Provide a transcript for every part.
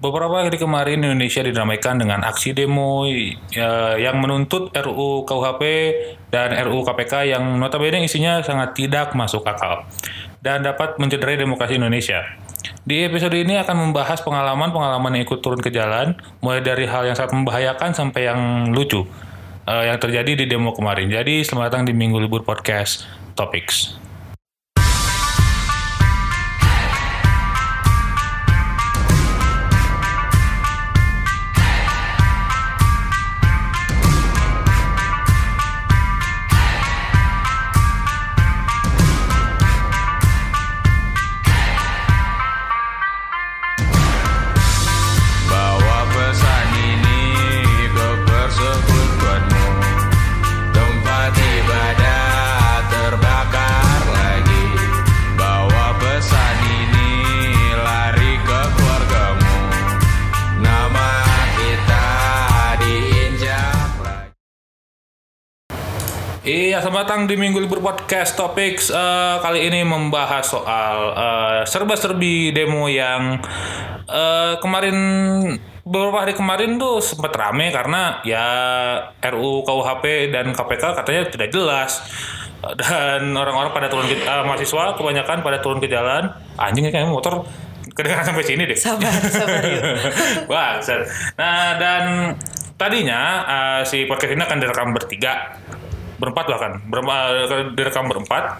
beberapa hari kemarin Indonesia diramaikan dengan aksi demo yang menuntut RUU KUHP dan RUU KPK yang notabene isinya sangat tidak masuk akal dan dapat mencederai demokrasi Indonesia. Di episode ini akan membahas pengalaman-pengalaman yang ikut turun ke jalan, mulai dari hal yang sangat membahayakan sampai yang lucu yang terjadi di demo kemarin. Jadi selamat datang di Minggu Libur Podcast Topics. Iya, selamat datang di Minggu Libur Podcast Topics. Kali ini membahas soal serba-serbi demo yang kemarin beberapa hari kemarin tuh sempat rame karena ya RUU KUHP dan KPK katanya tidak jelas. Dan orang-orang pada turun mahasiswa kebanyakan pada turun ke jalan. Anjing kayaknya motor kedengaran sampai sini deh. Sabar yuk. Wah, nah dan tadinya si podcast ini akan direkam berempat bahkan direkam berempat,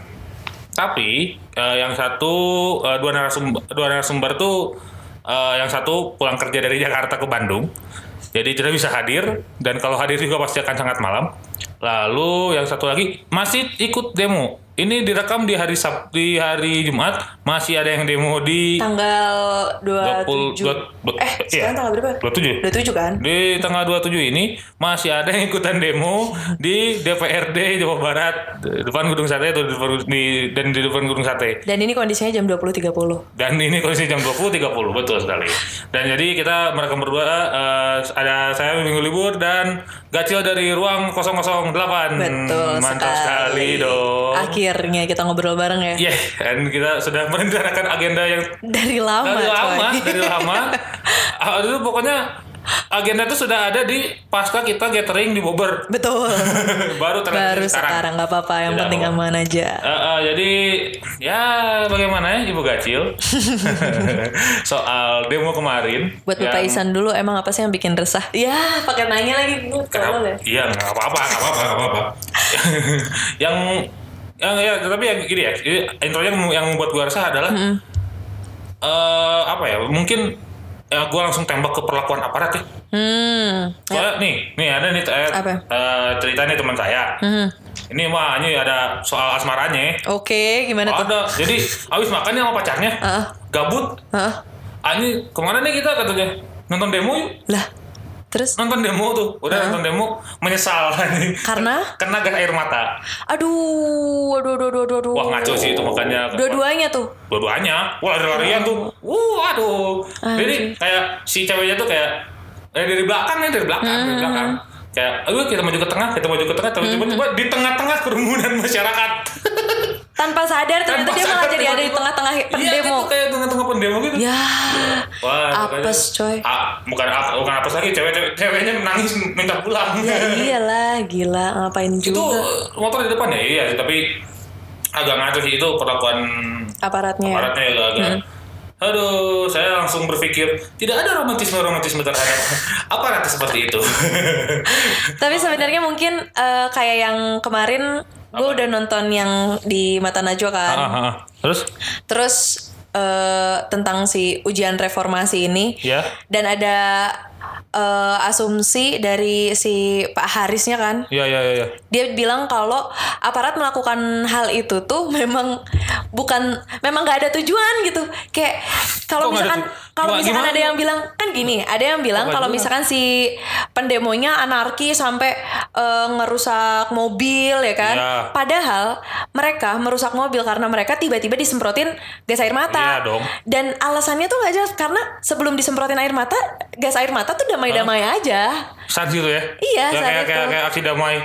tapi yang satu dua narasumber tuh yang satu pulang kerja dari Jakarta ke Bandung, jadi tidak bisa hadir, dan kalau hadir juga pasti akan sangat malam. Lalu yang satu lagi masih ikut demo. Ini direkam di hari Jumat, masih ada yang demo di tanggal 27. Sekarang tanggal berapa? 27 kan? Di tanggal 27 ini masih ada yang ikutan demo di DPRD Jawa Barat, depan Gedung Sate di depan Gedung Sate. Dan ini kondisinya jam 20.30. Dan ini kondisinya jam 20.30, betul sekali. Dan jadi kita merekam berdua, ada saya Minggu Libur dan Gacil dari Ruang 008. Betul. Mantap sekali dong. Akhirnya kita ngobrol bareng ya. Iya, dan kita sudah merencanakan agenda yang dari lama. Itu pokoknya agenda itu sudah ada di pasca kita gathering di Bogor. Betul. Baru sekarang nggak apa-apa, yang penting aman aja. Jadi ya bagaimana ya Ibu Gacil soal demo kemarin. Buat Bapak Isan dulu, emang apa sih yang bikin resah? Ya pakai nanya lagi Bu. Iya nggak apa-apa. yang ya tapi yang gini ya, intronya yang membuat gue resah adalah mungkin gue langsung tembak ke perlakuan aparat ya. Soalnya nih ada nih cerita nih teman saya. Ini ada soal asmaranya. Oke, gimana tuh? Ada. Jadi abis makan sama pacarnya, gabut. Ini kemana nih kita katanya? Nonton demo yuk. Lah, terus? Nonton demo tuh. Udah nonton demo, menyesal nih. Karena? Kena gas air mata. Aduh. Wah ngaco sih itu makanya. Dua-duanya tuh? Dua-duanya. Wah lari-larian tuh. Aduh. Jadi kayak si ceweknya tuh kayak dari belakang. Kayak, kita maju ke tengah, tiba-tiba di tengah-tengah kerumunan masyarakat. Tanpa sadar ternyata dia malah jadi ada di tengah-tengah pendemo. Iya, kayak tengah-tengah pendemo gitu. Ya. Wah, apes coy. Bukan apes lagi, ceweknya menangis minta pulang. Ya iyalah, gila, ngapain juga. Itu motor di depan ya, iya, tapi agak ngaco sih itu perlakuan aparatnya agak. Aduh, saya langsung berpikir tidak ada romantisme terhadap aparat seperti itu. Tapi sebenarnya mungkin kayak yang kemarin gue udah nonton yang di Mata Najwa kan. Terus tentang si ujian reformasi ini. Yeah. Dan ada asumsi dari si Pak Harisnya kan. Iya. Dia bilang kalau aparat melakukan hal itu tuh memang nggak ada tujuan gitu. Kayak kalau misalkan ada yang bilang kan gini, ada yang bilang kalau misalkan si pendemonya anarki sampai ngerusak mobil ya kan. Ya. Padahal mereka merusak mobil karena mereka tiba-tiba disemprotin gas air mata. Iya dong. Dan alasannya tuh nggak jelas karena sebelum disemprotin gas air mata tuh damai-damai aja. Saat itu ya? Iya, saat itu. Kayak aksi damai.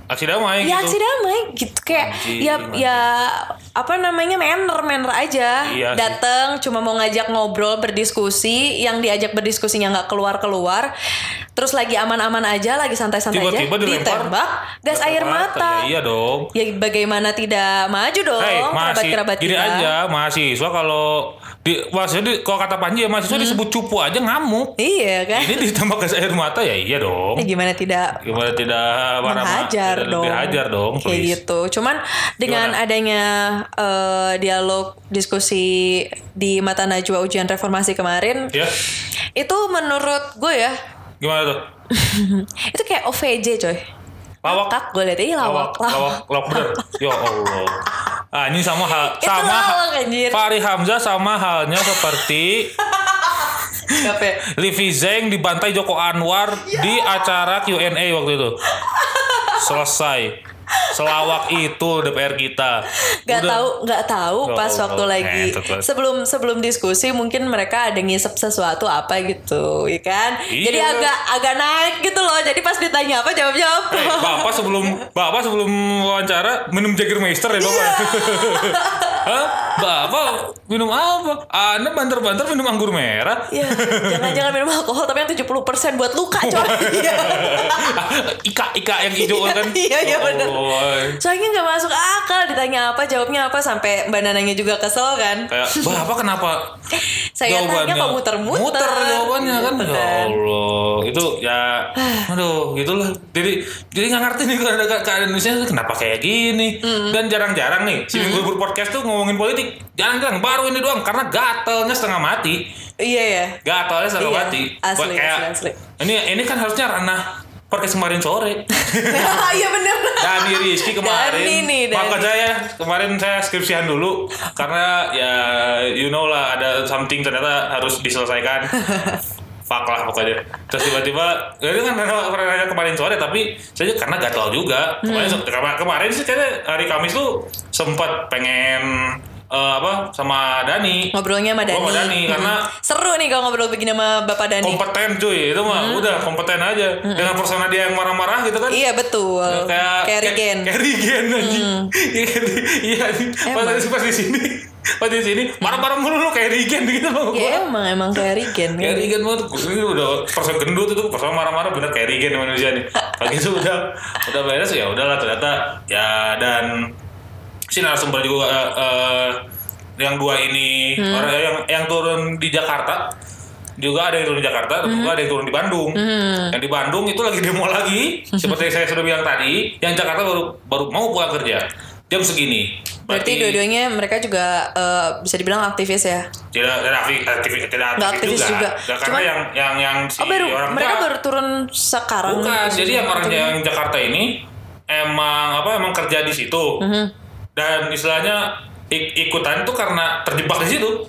aksi damai ya gitu. aksi damai gitu kayak ya apa namanya manner aja. Iya datang cuma mau ngajak ngobrol berdiskusi, yang diajak berdiskusinya nggak keluar terus lagi aman-aman aja, lagi santai-santai aja ditembak gas air mata. Ya, iya dong. Ya bagaimana tidak maju dong kerabat-kerabat kita. Gini aja mahasiswa kalau kalau kata Panji ya mahasiswa disebut cupu aja ngamuk. Iya kan. Ini ditembak gas air mata ya iya dong. Gimana tidak menghajar dong. Dihajar dong. Kayak gitu. Cuman dengan adanya dialog diskusi di Mata Najwa ujian reformasi kemarin, itu menurut gue ya. Gimana tuh? Itu kayak OVJ coy. Lawak. Gue liat ini lawak bener. Ya Allah. Ini sama Fahri Hamzah sama halnya seperti Livi Zeng dibantai Joko Anwar di acara Q&A waktu itu. Selesai. Selawak itu DPR kita. Nggak tahu pas waktu lagi sebelum diskusi mungkin mereka ada ngisep sesuatu apa gitu, ya kan? Iya. Jadi agak naik gitu loh. Jadi pas ditanya apa jawabnya apa. Bapak sebelum wawancara minum Jägermeister ya Bapak. Hah? Bapak minum apa? Anda banter-banter minum anggur merah. Iya, jangan minum alkohol tapi yang 70% buat luka coy. Ika yang hijau kan. Iya benar. Soalnya nggak masuk akal, ditanya apa jawabnya apa, sampai Mbak Nananya juga kesel kan. Kayak Bapak kenapa? Saya tanya kok muter-muter jawabannya kan. Ya Allah, itu ya aduh gitulah. Jadi nggak ngerti nih keadaan Indonesia kenapa kayak gini. Dan jarang-jarang nih si Minggu Libur Podcast tuh ngomongin politik. Jarang-jarang, baru ini doang karena gatelnya setengah mati. Iya ya. Gatelnya setengah mati. Asli. Ini kan harusnya ranah podcast kemarin sore. Iya benar. Dani Rizky kemarin. Maka kemarin saya skripsian dulu karena ya you know lah ada something ternyata harus diselesaikan. Fuck lah pokoknya. Terus tiba-tiba itu kan karena kemarin sore, tapi saya karena gatel juga. Kemarin sih kayaknya hari Kamis tuh sempat pengen sama Dani. Ngobrolnya sama Dani. Karena seru nih kalau ngobrol begini sama Bapak Dani. Kompeten cuy, itu mah udah kompeten aja. Dengan persona dia yang marah-marah gitu kan. Iya betul. Kayak Rigen anjing. Iya. Pas di sini marah-marah mulu kayak Rigen gitu loh. Iya emang kayak Rigen. Kayak Rigen banget. Ini udah person gendut itu persona marah-marah bener kayak Rigen manusia nih. Pagi itu udah beres ya udahlah ternyata ya. Dan si narasumber juga yang dua ini orang yang turun di Jakarta juga, ada yang turun di Jakarta, dan juga ada yang turun di Bandung. Yang di Bandung itu lagi demo lagi, seperti saya sudah bilang tadi. Yang Jakarta baru mau pulang kerja jam segini. Berarti dua-duanya mereka juga bisa dibilang aktivis ya? Tidak aktivis juga. Karena yang si orang mereka baru turun sekarang. Bukan, jadi yang orang yang Jakarta ini emang kerja di situ. Dan istilahnya ikutan tuh karena terjebak di situ.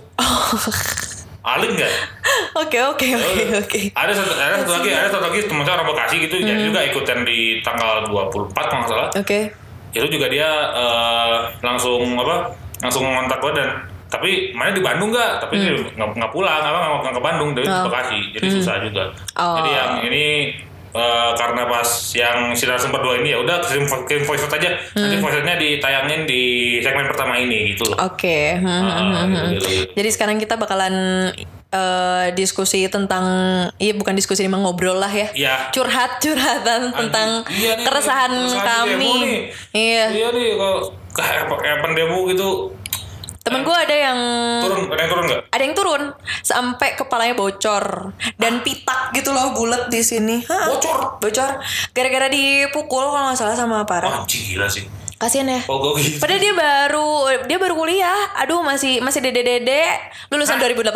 Aling nggak? Oke. Ada satu lagi teman saya orang Bekasi gitu, jadi juga ikutan di tanggal 24 kalau nggak salah. Oke. Itu juga dia langsung ngontak gue, dan tapi mana di Bandung nggak? Tapi dia nggak pulang, nggak ke Bandung, dari Bekasi, jadi susah juga. Jadi yang ini karena pas yang sinar sempat 2 ini ya udah kirim voice note aja. Nanti voice note-nya ditayangin di segmen pertama ini gitu loh. Oke. Gitu. Jadi sekarang kita bakalan diskusi tentang, bukan diskusi, ngobrol lah ya. Curhatan tentang keresahan kami. Iya nih kalau kayak demo gitu. Temen gue ada yang turun nggak? Ada yang turun sampai kepalanya bocor dan pitak gitu loh, bulat di sini. Bocor gara-gara dipukul kalau nggak salah sama aparat. Gila sih. Kasian ya. Gitu. Padahal dia baru kuliah. Aduh, masih dede lulusan 2018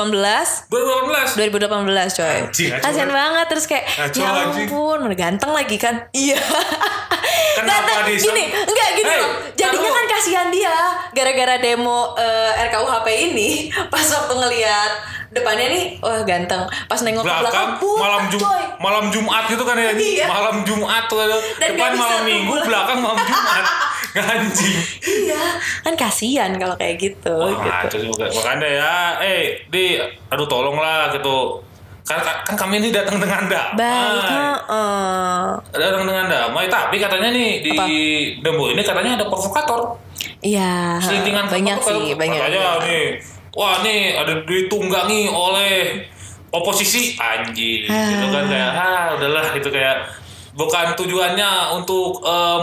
coy. Kasian banget, terus kayak ya ampun, udah ganteng lagi kan. Iya. Kenapa gini loh. Jadinya kan kasihan dia gara-gara demo RKUHP ini. Pas waktu ngelihat depannya nih, wah ganteng. Pas nengok ke belakang, malam Jumat gitu kan ya. Iya. Malam Jumat tuh. Depan malam Minggu, belakang malam Jumat. Anjing. Iya, kan kasihan kalau kayak gitu. Gitu. Makanya ya, aduh tolonglah gitu. kan kami ini datang dengan damai. Datang dengan damai, tapi katanya nih di Dembo ini katanya ada provokator. Iya. Selintingan banyak sih, banyak. Katanya nih, wah nih ada ditunggangi oleh oposisi anjing, gitu kan kayak udahlah itu kayak bukan tujuannya untuk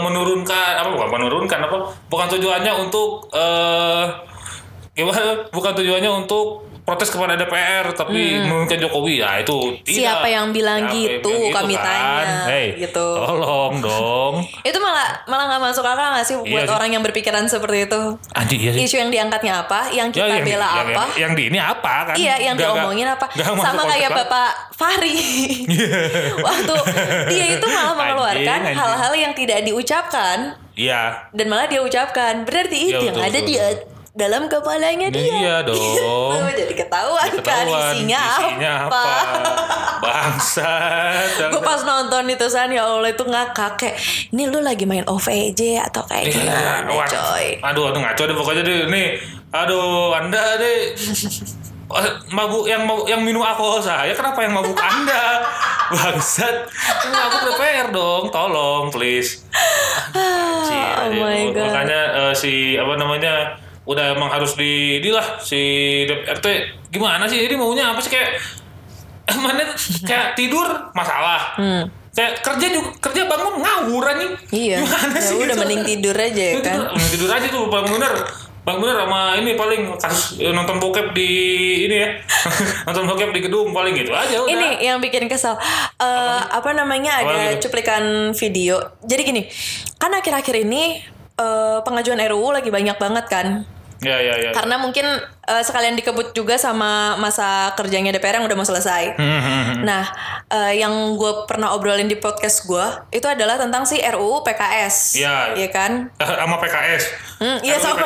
bukan tujuannya untuk gimana? Bukan tujuannya untuk protes kepada DPR tapi menurunkan Jokowi. Ya itu tidak. Siapa yang bilang gitu? Kami kan? tanya gitu. Tolong dong. Itu malah nggak masuk akal nggak sih buat orang yang berpikiran seperti itu? Anjing, iya sih. Isu yang diangkatnya apa? Yang kita bela apa? Yang di ini apa kan? Iya, yang diomongin apa? Sama kayak Bapak Fahri. Waktu dia itu malah mengeluarkan hal-hal yang tidak diucapkan. Iya. Dan malah dia ucapkan. Berarti itu yang ada di dalam kepalanya dia. Iya dong. Jadi ketahuan kan isinya apa. Bangsat. Gue pas nonton itu ya Allah itu ngakak kayak ini lu lagi main OVJ atau kayak gimana coy. Aduh ngaco deh pokoknya deh nih. Aduh Anda deh mabuk yang minum alkohol saya, kenapa yang mabuk Anda? Bangsat. Mabuk DPR dong, tolong please. Oh my god. Makanya udah emang harus dilah si DPRT gimana sih ini maunya apa sih kayak kayak tidur masalah kayak kerja bangun ngawur anjing. Iya gimana sih udah gitu? mending tidur aja ya kan tidur aja tuh Bang Bener sama ini paling kasus nonton bokep di ini ya nonton bokep di gedung paling gitu aja udah. Ini yang bikin kesel ada gitu? Cuplikan video jadi gini kan akhir-akhir ini pengajuan RUU lagi banyak banget kan. Ya. Karena mungkin sekalian dikebut juga sama masa kerjanya DPR yang udah mau selesai. Nah, yang gue pernah obrolin di podcast gue itu adalah tentang si RUU PKS. Iya kan? Sama PKS. Iya sama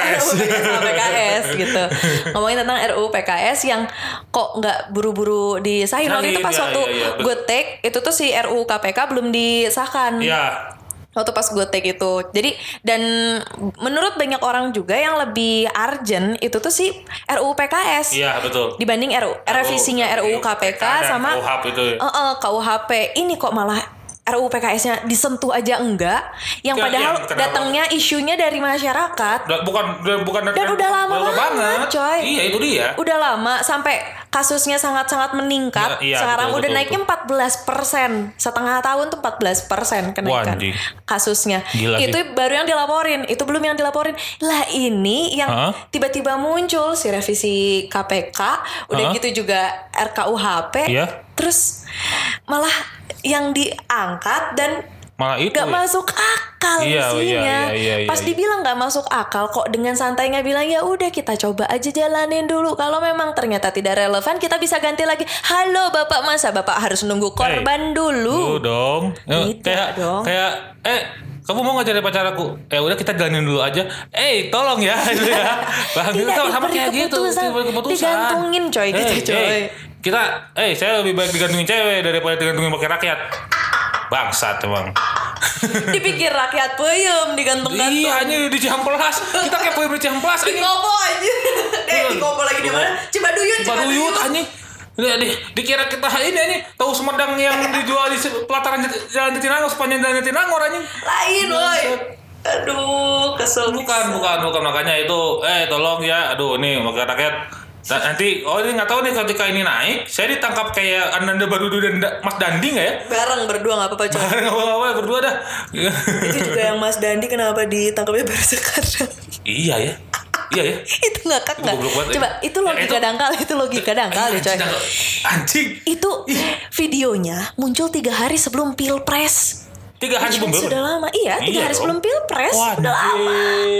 PKS gitu. Ngomongin tentang RUU PKS yang kok nggak buru-buru disahin. Waktu itu pas gue take itu tuh si RUU KPK belum disahkan. Iya. Waktu pas gue take itu. Jadi dan menurut banyak orang juga yang lebih urgent itu tuh si RUU PKS. Iya betul. Dibanding revisinya RUU KPK sama KUHP itu. KUHP. Ini kok malah RUU PKS-nya disentuh aja enggak, yang padahal datangnya isunya dari masyarakat. Bukan dan udah lama banget, coy. Iya itu dia. Udah lama sampai kasusnya sangat-sangat meningkat. Sekarang udah naiknya 14%. Setengah tahun tuh 14% kenaikan kasusnya. Gila itu sih. Baru yang dilaporin, itu belum yang dilaporin. Lah ini yang tiba-tiba muncul si revisi KPK, udah gitu juga RKUHP. Iya. Terus malah yang diangkat dan malah itu gak masuk akal isinya. Pas dibilang gak masuk akal kok dengan santainya bilang ya udah kita coba aja jalanin dulu. Kalau memang ternyata tidak relevan kita bisa ganti lagi. Halo Bapak, masa Bapak harus nunggu korban dulu? Dong. Dong. Kayak kamu mau ngajarin pacar aku? Udah kita jalanin dulu aja. Tolong ya gitu ya. Bang, tidak sama kayak gitu. Keputusan. Digantungin coy gitu coy. Saya lebih baik digantungin cewek daripada digantungin pakai rakyat. Bangsat emang. Dipikir rakyat peyem digantung-gantung. Iya anjir di Ciamplas. Kita kayak peyem di Ciamplas anjir. Di Kopo anjir. Di Kopo lagi di mana? Cibaduyut anjir. Dikira kita ini tahu Sumedang yang dijual di pelataran Jalan Jatinangor sepanjang Jalan Jatinangor anjing. Lain woy. Aduh, kesel. Bukan makanya itu tolong ya. Aduh nih wakil rakyat. Nanti ini nggak tahu nih ketika ini naik saya ditangkap kayak Ananda Badudu dan Mas Dandi nggak ya? Bareng berdua nggak apa-apa coy. Bareng nggak apa-apa berdua dah. Itu juga yang Mas Dandi kenapa ditangkapnya baru sekarang? Iya ya. Itu ngakak nggak? Coba itu logika dangkal, itu logika dangkal ya coy. Anjing. Itu videonya muncul 3 hari sebelum Pilpres. 3 hari sebelum Pilpres? Sudah lama, 3 hari sebelum Pilpres. Udah lama.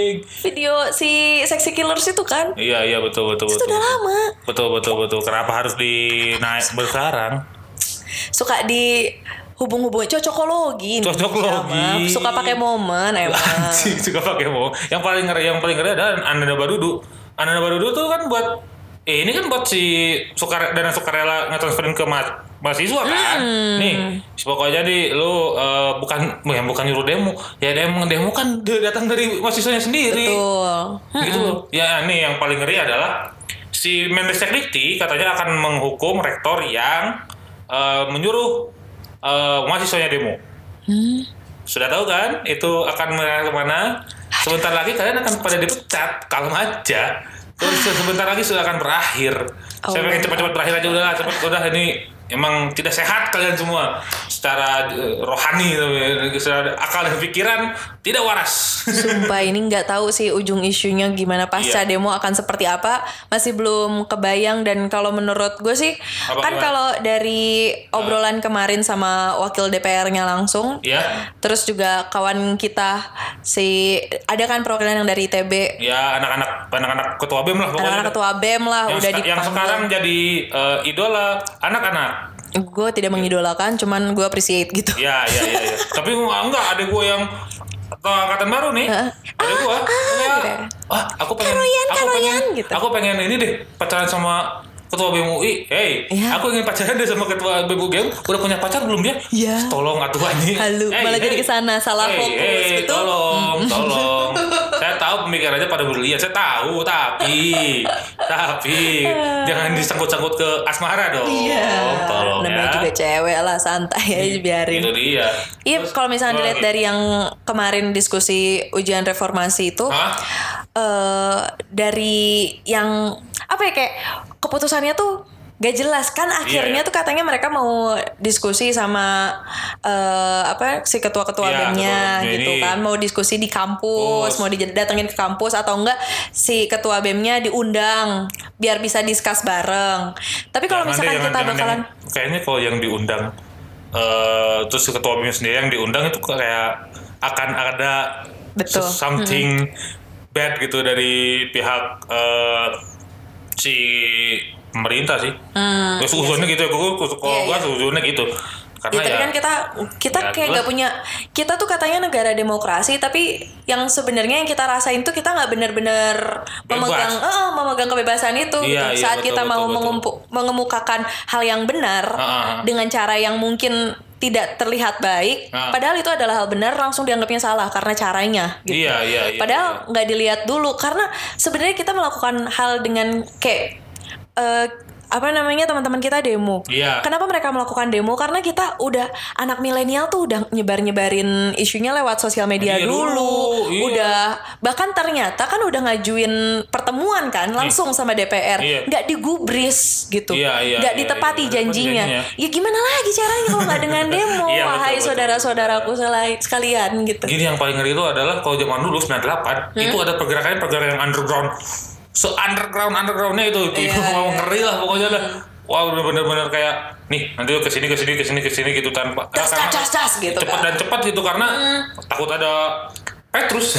Video si Sexy Killers itu kan? Iya betul. Itu udah lama. Betul. Kenapa harus dinaik sekarang? Suka di hubung-hubung cocokologi. Suka pakai momen emang. Suka pakai momen. Yang paling ngeri adalah Ananda Badudu. Ananda Badudu tuh kan buat ini kan buat si dana sukarela ngetransferin ke mahasiswa kan. Nih, pokoknya lu bukan nyuruh demo. Ya demo kan datang dari mahasiswanya sendiri. Betul. Gitu loh. Ya nih yang paling ngeri adalah si Mendestekdikti katanya akan menghukum rektor yang menyuruh mahasiswanya demo. Sudah tahu kan itu akan kemana? Sebentar lagi kalian akan pada dipecat, kalem aja. Terus sebentar lagi sudah akan berakhir. Saya pengen cepat-cepat berakhir aja udah ini emang tidak sehat kalian semua secara rohani, secara akal dan pikiran tidak waras. Sumpah ini nggak tahu sih ujung isunya gimana pasca demo akan seperti apa, masih belum kebayang. Dan kalau menurut gue sih kalau dari obrolan kemarin sama wakil DPR-nya langsung, terus juga kawan kita ada kan perwakilan yang dari ITB, anak-anak ketua BEM lah pokoknya, anak-anak ketua BEM lah udah dipanggil, yang sekarang jadi idola anak-anak. Gue tidak mengidolakan, cuman gue appreciate gitu. Iya. Tapi enggak, ada gue yang angkatan baru nih. Ada gue. Aku pengen ini deh, pacaran sama ketua BEM UI. Aku ingin pacaran deh sama ketua BEM UI. Udah punya pacar belum dia? Iya. Tolong atuh anjing. Malah jadi kesana, salah fokus gitu. Tolong. Saya tahu pemikirannya pada berlian, saya tahu, tapi jangan disangkut-sangkut ke asmara dong. Iya. Tolong namanya juga cewek lah, santai aja biarin. Itu dia. Iya, kalau misalnya dilihat dari yang kemarin diskusi ujian reformasi itu, dari yang kayak keputusannya tuh gak jelas kan. Akhirnya tuh katanya mereka mau diskusi sama si ketua-ketua BEM-nya gitu kan, mau diskusi di kampus, mau didatengin ke kampus atau enggak si ketua BEM-nya diundang biar bisa discuss bareng. Tapi kalau misalkan kita bakalan kayaknya kalau yang diundang terus si ketua BEM sendiri yang diundang itu kayak akan ada something bad gitu dari pihak si pemerintah sih. Terus usulnya gitu ya, usulnya gitu. Karena tapi kan kita kayak gak punya, kita tuh katanya negara demokrasi, tapi yang sebenarnya yang kita rasain tuh kita nggak benar-benar memegang kebebasan itu gitu. Saat kita mau mengemukakan hal yang benar dengan cara yang mungkin tidak terlihat baik, padahal itu adalah hal benar, langsung dianggapnya salah karena caranya gitu. Padahal nggak dilihat dulu, karena sebenarnya kita melakukan hal dengan kayak teman-teman kita demo. Kenapa mereka melakukan demo? Karena kita udah anak milenial tuh udah nyebarin isunya lewat sosial media dulu. Udah bahkan ternyata kan udah ngajuin pertemuan kan langsung sama DPR. Nggak digubris gitu. Nggak ditepati janjinya. Ya gimana lagi caranya kalau nggak dengan demo? Wahai saudara-saudaraku sekalian gitu. Gini, yang paling ngeri itu adalah kalau zaman dulu 98 itu ada pergerakan yang underground. Undergroundnya itu mau ngeri lah pokoknya lah. Wah, bener-bener kayak nih nanti kesini gitu tanpa cas gitu cepat gitu karena takut ada Petrus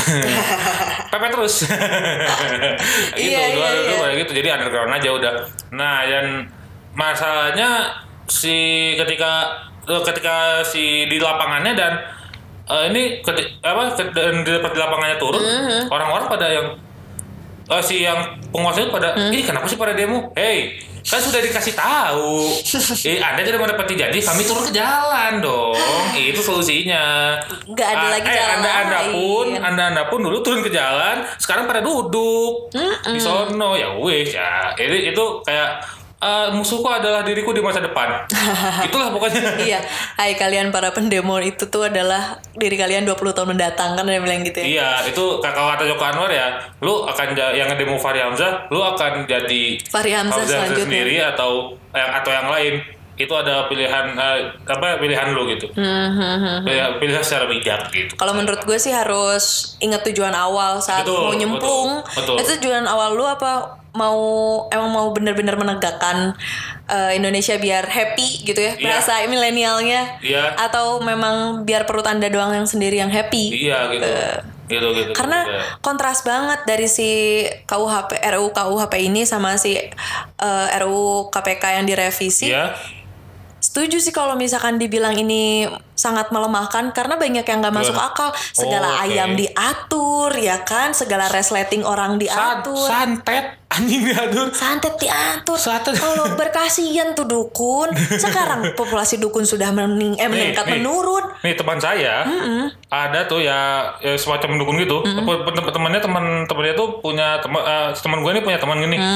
gitu gitu. Jadi underground aja udah. Nah, dan masalahnya ketika si di lapangannya dan ini dan di lapangannya turun, orang-orang pada yang yang penguasa itu pada ini kenapa sih pada demo? Kan sudah dikasih tahu. Anda tidak menepati janji, kami turun ke jalan dong. Itu solusinya. Nggak ada lagi jalan lain. Anda pun dulu turun ke jalan, sekarang pada duduk di sono. Ya wes ya. Itu kayak musuhku adalah diriku di masa depan. Itulah pokoknya. Iya. Hai kalian para pendemo, itu tuh adalah diri kalian 20 tahun mendatang, kan ada bilang gitu ya. Iya, itu kata Joko Anwar ya. Lu akan yang ngedemo Fahri Hamzah, lu akan jadi Fahri Hamzah selanjutnya sendiri atau yang lain. Itu ada pilihan lu gitu. Pilihan secara bijak gitu. Kalau menurut gue sih harus ingat tujuan awal saat mau nyemplung. Betul. Itu tujuan awal lu apa? Mau benar-benar menegakkan Indonesia biar happy gitu ya, bahasa milenialnya, atau memang biar perut Anda doang yang sendiri yang happy. Gitu. Karena kontras banget dari si RUU KUHP ini sama si RUU KPK yang direvisi. Setuju sih kalau misalkan dibilang ini sangat melemahkan, karena banyak yang nggak masuk akal. Segala ayam diatur, ya kan? Segala resleting orang diatur. Santet anjing diatur. Santet diatur. Kalau berkasihan tuh dukun. Sekarang populasi dukun sudah meningkat menurun. Nih teman saya ada tuh ya semacam dukun gitu. Temannya tuh punya teman gue ini punya teman gini.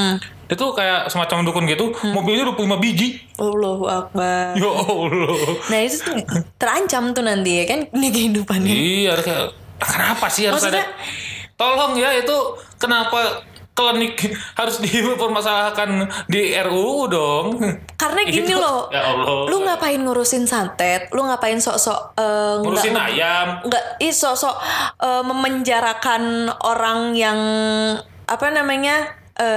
Dia tuh kayak semacam dukun gitu, mobilnya 25 biji. Allahu Akbar. Ya Allah. Nah itu tuh terancam tuh nanti ya kan ini kehidupannya. Iya, kayak kenapa sih harus Maksudnya, ada? Tolong ya, itu kenapa klinik harus dipermasalahkan di RUU dong? karena gini Itu, loh, ya Allah. lu ngapain ngurusin santet, lu ngapain sok-sok Ngurusin ayam. sok-sok memenjarakan orang yang apa namanya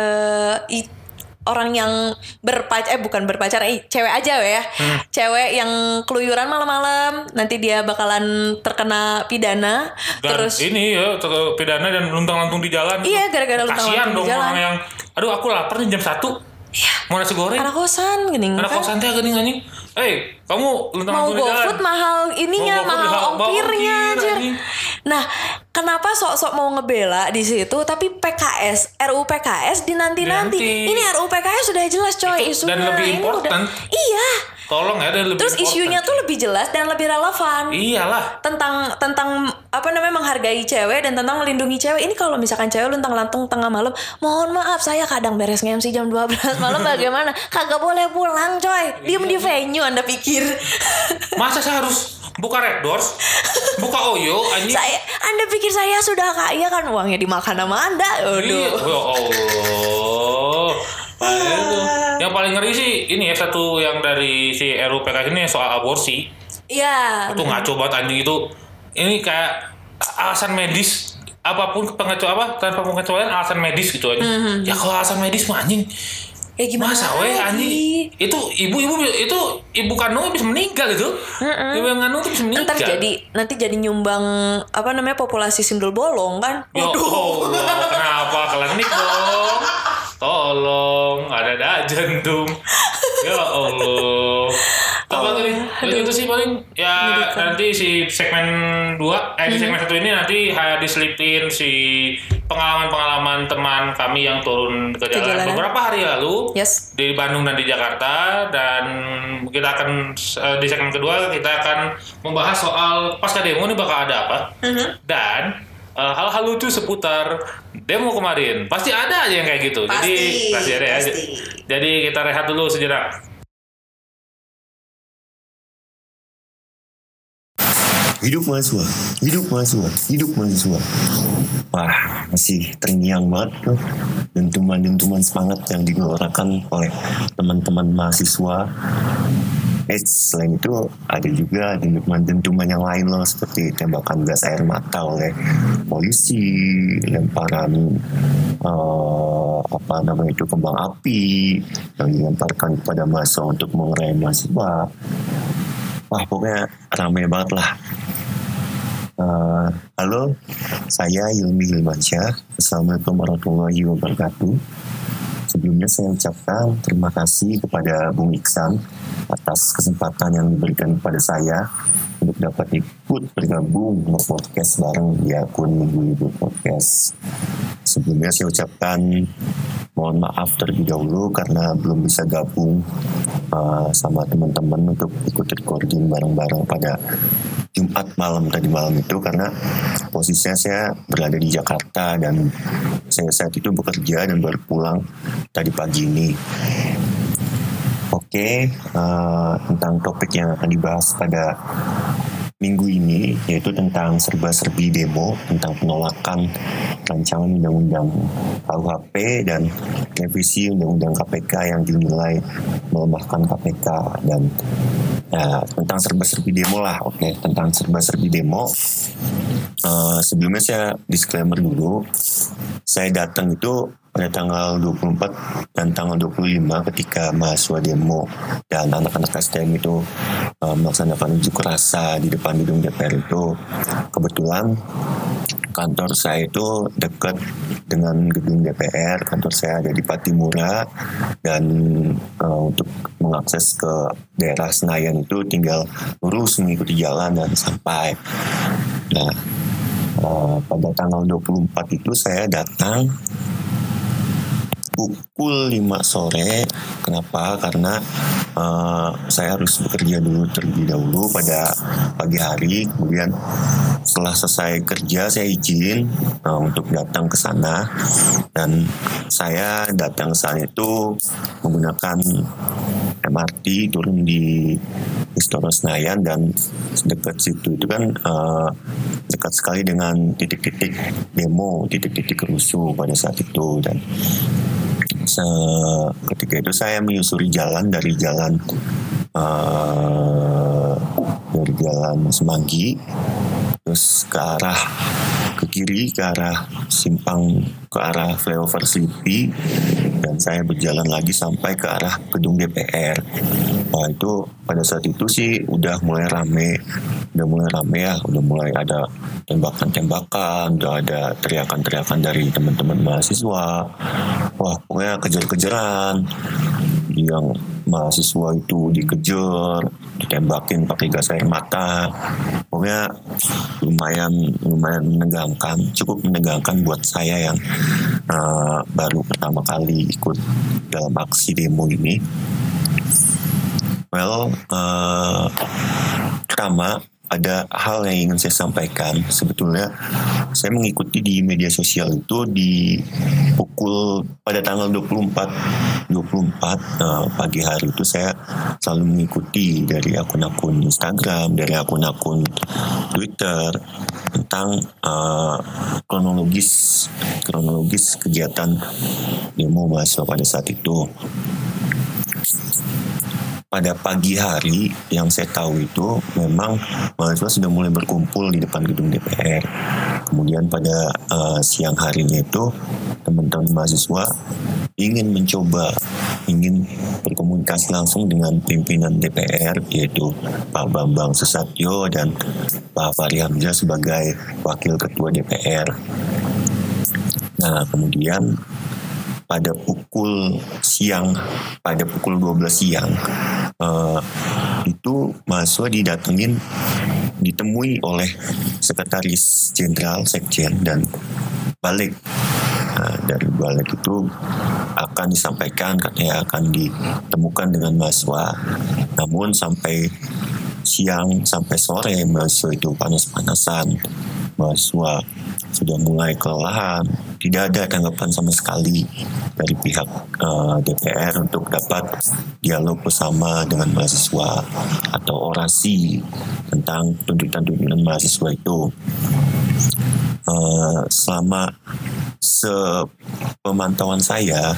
orang yang bukan berpacar, cewek aja ya. Cewek yang keluyuran malam-malam, nanti dia bakalan terkena pidana. Dan terus ini ya pidana dan luntang-lantung di jalan. Iya, gara-gara Kasian luntang-lantung dong di jalan. orang yang, aduh aku lapar nih jam 1. Iya. Mau nasi goreng. Anak kosan gini Anak kan. kosan teh geuning anjing. Kamu Mau luntang-lantung di jalan. GoFood mahal ininya, Mau GoFood mahal ongkirnya aja. anjing. Nah, kenapa sok-sok mau ngebela di situ tapi RUU PKS dinanti-nanti. Dinanti. Ini RUU PKS sudah jelas coy Itu, isunya. dan lebih Ini important. Iya. Tolong ya, dan lebih Terus important. isunya tuh lebih jelas dan lebih relevan. Iyalah. Tentang apa namanya menghargai cewek dan tentang melindungi cewek. Ini kalau misalkan cewek luntang-lantung tengah malam, mohon maaf saya kadang beres nge-MC jam 12 malam bagaimana? Kagak boleh pulang coy. Diem di venue Anda pikir. Masa saya harus buka Red Doors? Buka Oyo anjing? Anda pikir saya sudah kaya kan uangnya dimakan sama Anda? Iya. Aduh. Ya Allah. Itu. Yang paling ngeri sih ini ya, satu yang dari si RUU PKS ini soal aborsi. Iya. Itu ngaco banget anjing itu. Ini kayak alasan medis, apapun tanpa pengecualian alasan medis gitu aja. Ya kalau alasan medis mah anjing. Ya gimana? Masa weh anjing? Itu ibu kandungnya bisa meninggal itu. Ibu yang kandung tuh bisa meninggal. Nanti jadi nyumbang apa namanya populasi sindul bolong kan? Ya Allah, kenapa klinik dong? Tolong, ada jantung. Ya Allah. Apa tadi? Itu sih paling ya nanti si segmen 2 di segmen 1 ini nanti diselipin si pengalaman-pengalaman teman kami yang turun ke jalan beberapa hari lalu di Bandung dan di Jakarta, dan kita akan di segmen kedua kita akan membahas soal pasca demo ini bakal ada apa dan hal-hal lucu seputar demo kemarin. Pasti ada aja yang kayak gitu. Pasti ada ya. Jadi kita rehat dulu sejenak. Hidup mahasiswa, hidup mahasiswa, hidup mahasiswa. Wah, masih terngiang banget tuh dentuman-dentuman semangat yang digelorakan oleh teman-teman mahasiswa. Selain itu ada juga dentuman-dentuman yang lain loh, seperti tembakan gas air mata oleh polisi, lemparan kembang api yang dilemparkan kepada massa untuk mengerai mahasiswa. Wah, pokoknya ramai banget lah. Halo, saya Hilmi Hilmansyah. Assalamualaikum warahmatullahi wabarakatuh. Sebelumnya saya ucapkan terima kasih kepada Bung Iksan atas kesempatan yang diberikan kepada saya untuk dapat ikut bergabung podcast bareng di akun Minggu Libur Podcast. Sebelumnya saya ucapkan mohon maaf terlebih dahulu karena belum bisa gabung sama teman-teman untuk ikut recording bareng-bareng pada Jumat malam tadi malam itu, karena posisinya saya berada di Jakarta dan saya saat itu bekerja dan baru pulang tadi pagi ini. Oke, tentang topik yang akan dibahas pada minggu ini, yaitu tentang serba-serbi demo tentang penolakan rancangan undang-undang KUHP dan revisi undang-undang KPK yang dinilai melemahkan KPK, dan tentang serba-serbi demo lah. Oke, tentang serba-serbi demo. Sebelumnya saya disclaimer dulu, saya datang itu pada tanggal 24 dan tanggal 25 ketika mahasiswa demo dan anak-anak STM itu melaksanakan unjuk rasa di depan gedung DPR itu. Kebetulan kantor saya itu dekat dengan gedung DPR, kantor saya ada di Patimura, dan untuk mengakses ke daerah Senayan itu tinggal lurus mengikuti jalan dan sampai. Nah, pada tanggal 24 itu saya datang pukul 5 sore. Kenapa? Karena saya harus bekerja dulu terlebih dahulu pada pagi hari. Kemudian setelah selesai kerja saya izin untuk datang ke sana, dan saya datang ke sana itu menggunakan MRT, turun di Istora Senayan, dan dekat situ itu kan dekat sekali dengan titik-titik demo, titik-titik rusuh pada saat itu. Dan ketika itu saya menyusuri jalan dari jalan Semanggi, terus ke kiri ke arah simpang, ke arah flyover Slipi, dan saya berjalan lagi sampai ke arah gedung DPR. Nah itu pada saat itu sih udah mulai rame ya, udah mulai ada tembakan-tembakan, udah ada teriakan-teriakan dari teman-teman mahasiswa. Wah, pokoknya kejar-kejaran, yang mahasiswa itu dikejar, ditembakin pakai gas air mata. Pokoknya lumayan menegangkan, cukup menegangkan buat saya yang baru pertama kali ikut dalam aksi demo ini. Pertama, ada hal yang ingin saya sampaikan. Sebetulnya saya mengikuti di media sosial itu pada tanggal 24 pagi hari itu saya selalu mengikuti dari akun-akun Instagram, dari akun-akun Twitter tentang kronologis kegiatan demo mahasiswa pada saat itu. Pada pagi hari yang saya tahu itu memang mahasiswa sudah mulai berkumpul di depan gedung DPR. Kemudian pada siang harinya itu teman-teman mahasiswa ingin berkomunikasi langsung dengan pimpinan DPR, yaitu Pak Bambang Susatyo dan Pak Fahri Hamzah sebagai Wakil Ketua DPR. Nah, kemudian pada pukul 12 siang itu mahasiswa ditemui oleh Sekretaris Jenderal Sekjen dan Balik. Dari Balik itu akan disampaikan, katanya akan ditemukan dengan mahasiswa. Namun sampai siang sampai sore mahasiswa itu panas-panasan, mahasiswa sudah mulai kelelahan, tidak ada tanggapan sama sekali dari pihak DPR untuk dapat dialog bersama dengan mahasiswa atau orasi tentang tuntutan-tuntutan mahasiswa itu. Selama pemantauan saya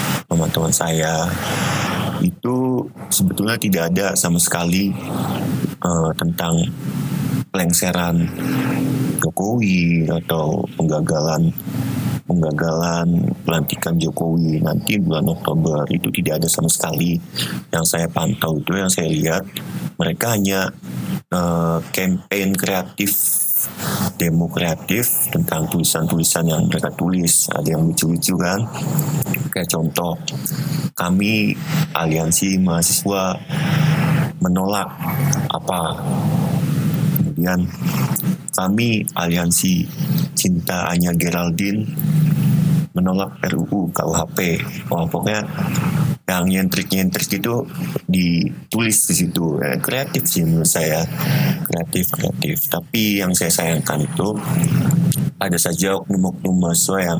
itu sebetulnya tidak ada sama sekali tentang pelengseran Jokowi atau penggagalan pelantikan Jokowi nanti bulan Oktober. Itu tidak ada sama sekali. Yang saya pantau itu, yang saya lihat, mereka hanya campaign kreatif, demo kreatif tentang tulisan-tulisan yang mereka tulis. Ada yang lucu-lucu kan, kayak contoh, kami aliansi mahasiswa menolak apa, kemudian kami aliansi Cinta Anya Geraldine menolak RUU KUHP. Wah, pokoknya yang nyentrik itu ditulis di situ. Kreatif sih menurut saya, kreatif. Tapi yang saya sayangkan itu ada saja oknum-oknum mahasiswa yang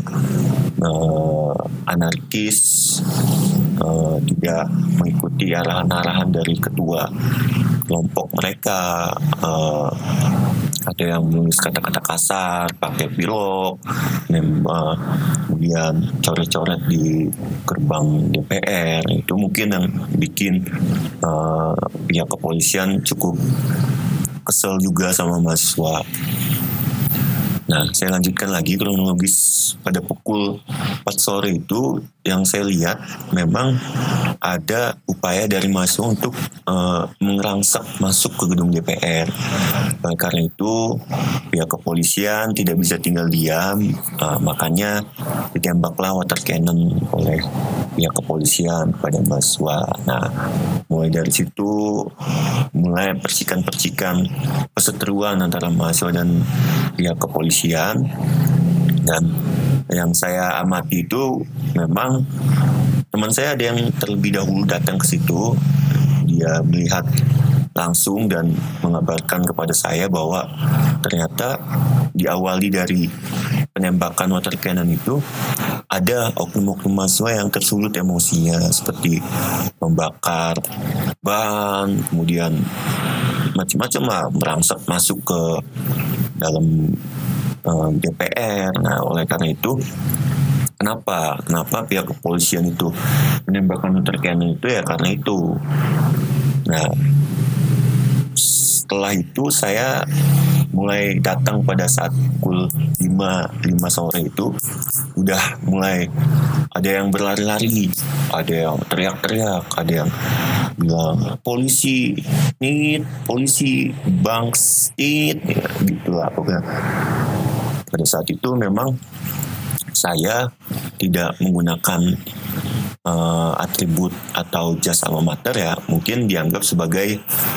anarkis, tidak mengikuti arahan-arahan dari ketua kelompok mereka, ada yang menulis kata-kata kasar, pakai pilok, kemudian coret-coret di gerbang DPR. Itu mungkin yang bikin pihak kepolisian cukup kesel juga sama mahasiswa. Nah, saya lanjutkan lagi kronologis. Pada pukul 4 sore itu yang saya lihat memang ada upaya dari mahasiswa untuk mengerangsak masuk ke gedung DPR. Karena itu pihak kepolisian tidak bisa tinggal diam, makanya ditembaklah water cannon oleh pihak kepolisian pada mahasiswa. Nah, mulai dari situ mulai percikan-percikan perseteruan antara mahasiswa dan pihak kepolisian, dan yang saya amati itu memang teman saya ada yang terlebih dahulu datang ke situ. Dia melihat langsung dan mengabarkan kepada saya bahwa ternyata diawali dari penembakan water cannon itu ada oknum-oknum mahasiswa yang tersulut emosinya seperti membakar ban, kemudian macam-macam lah, merangsek masuk ke dalam DPR. Nah, oleh karena itu Kenapa pihak kepolisian itu menembakkan water cannon itu ya karena itu. Nah, setelah itu saya mulai datang pada saat pukul 5 sore itu udah mulai ada yang berlari-lari, ada yang teriak-teriak, ada yang bilang polisi nit, polisi bangs nit, ya, gitulah pokoknya. Pada saat itu memang saya tidak menggunakan atribut atau jas alma mater ya, mungkin dianggap sebagai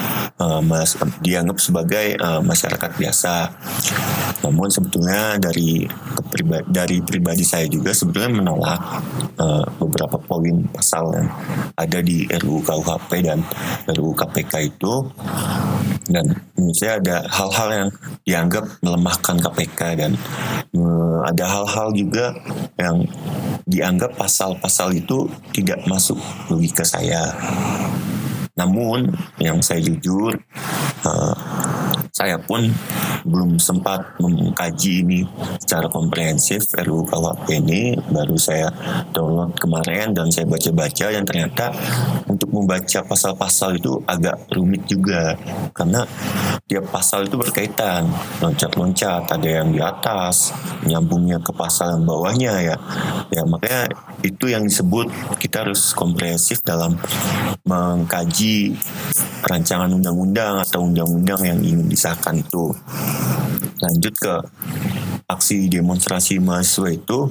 masyarakat biasa. Namun sebetulnya dari pribadi saya juga sebetulnya menolak beberapa poin pasal yang ada di RUU KUHP dan RUU KPK itu, dan menurut saya ada hal-hal yang dianggap melemahkan KPK dan ada hal-hal juga yang dianggap pasal-pasal itu tidak masuk logika saya. Namun yang saya jujur, saya pun belum sempat mengkaji ini secara komprehensif. RUU KUHP ini baru saya download kemarin dan saya baca-baca, dan ternyata untuk membaca pasal-pasal itu agak rumit juga karena tiap pasal itu berkaitan, loncat-loncat, ada yang di atas nyambungnya ke pasal yang bawahnya ya makanya itu yang disebut kita harus komprehensif dalam mengkaji rancangan undang-undang atau undang-undang yang ingin disahkan itu. Lanjut ke aksi demonstrasi mahasiswa itu,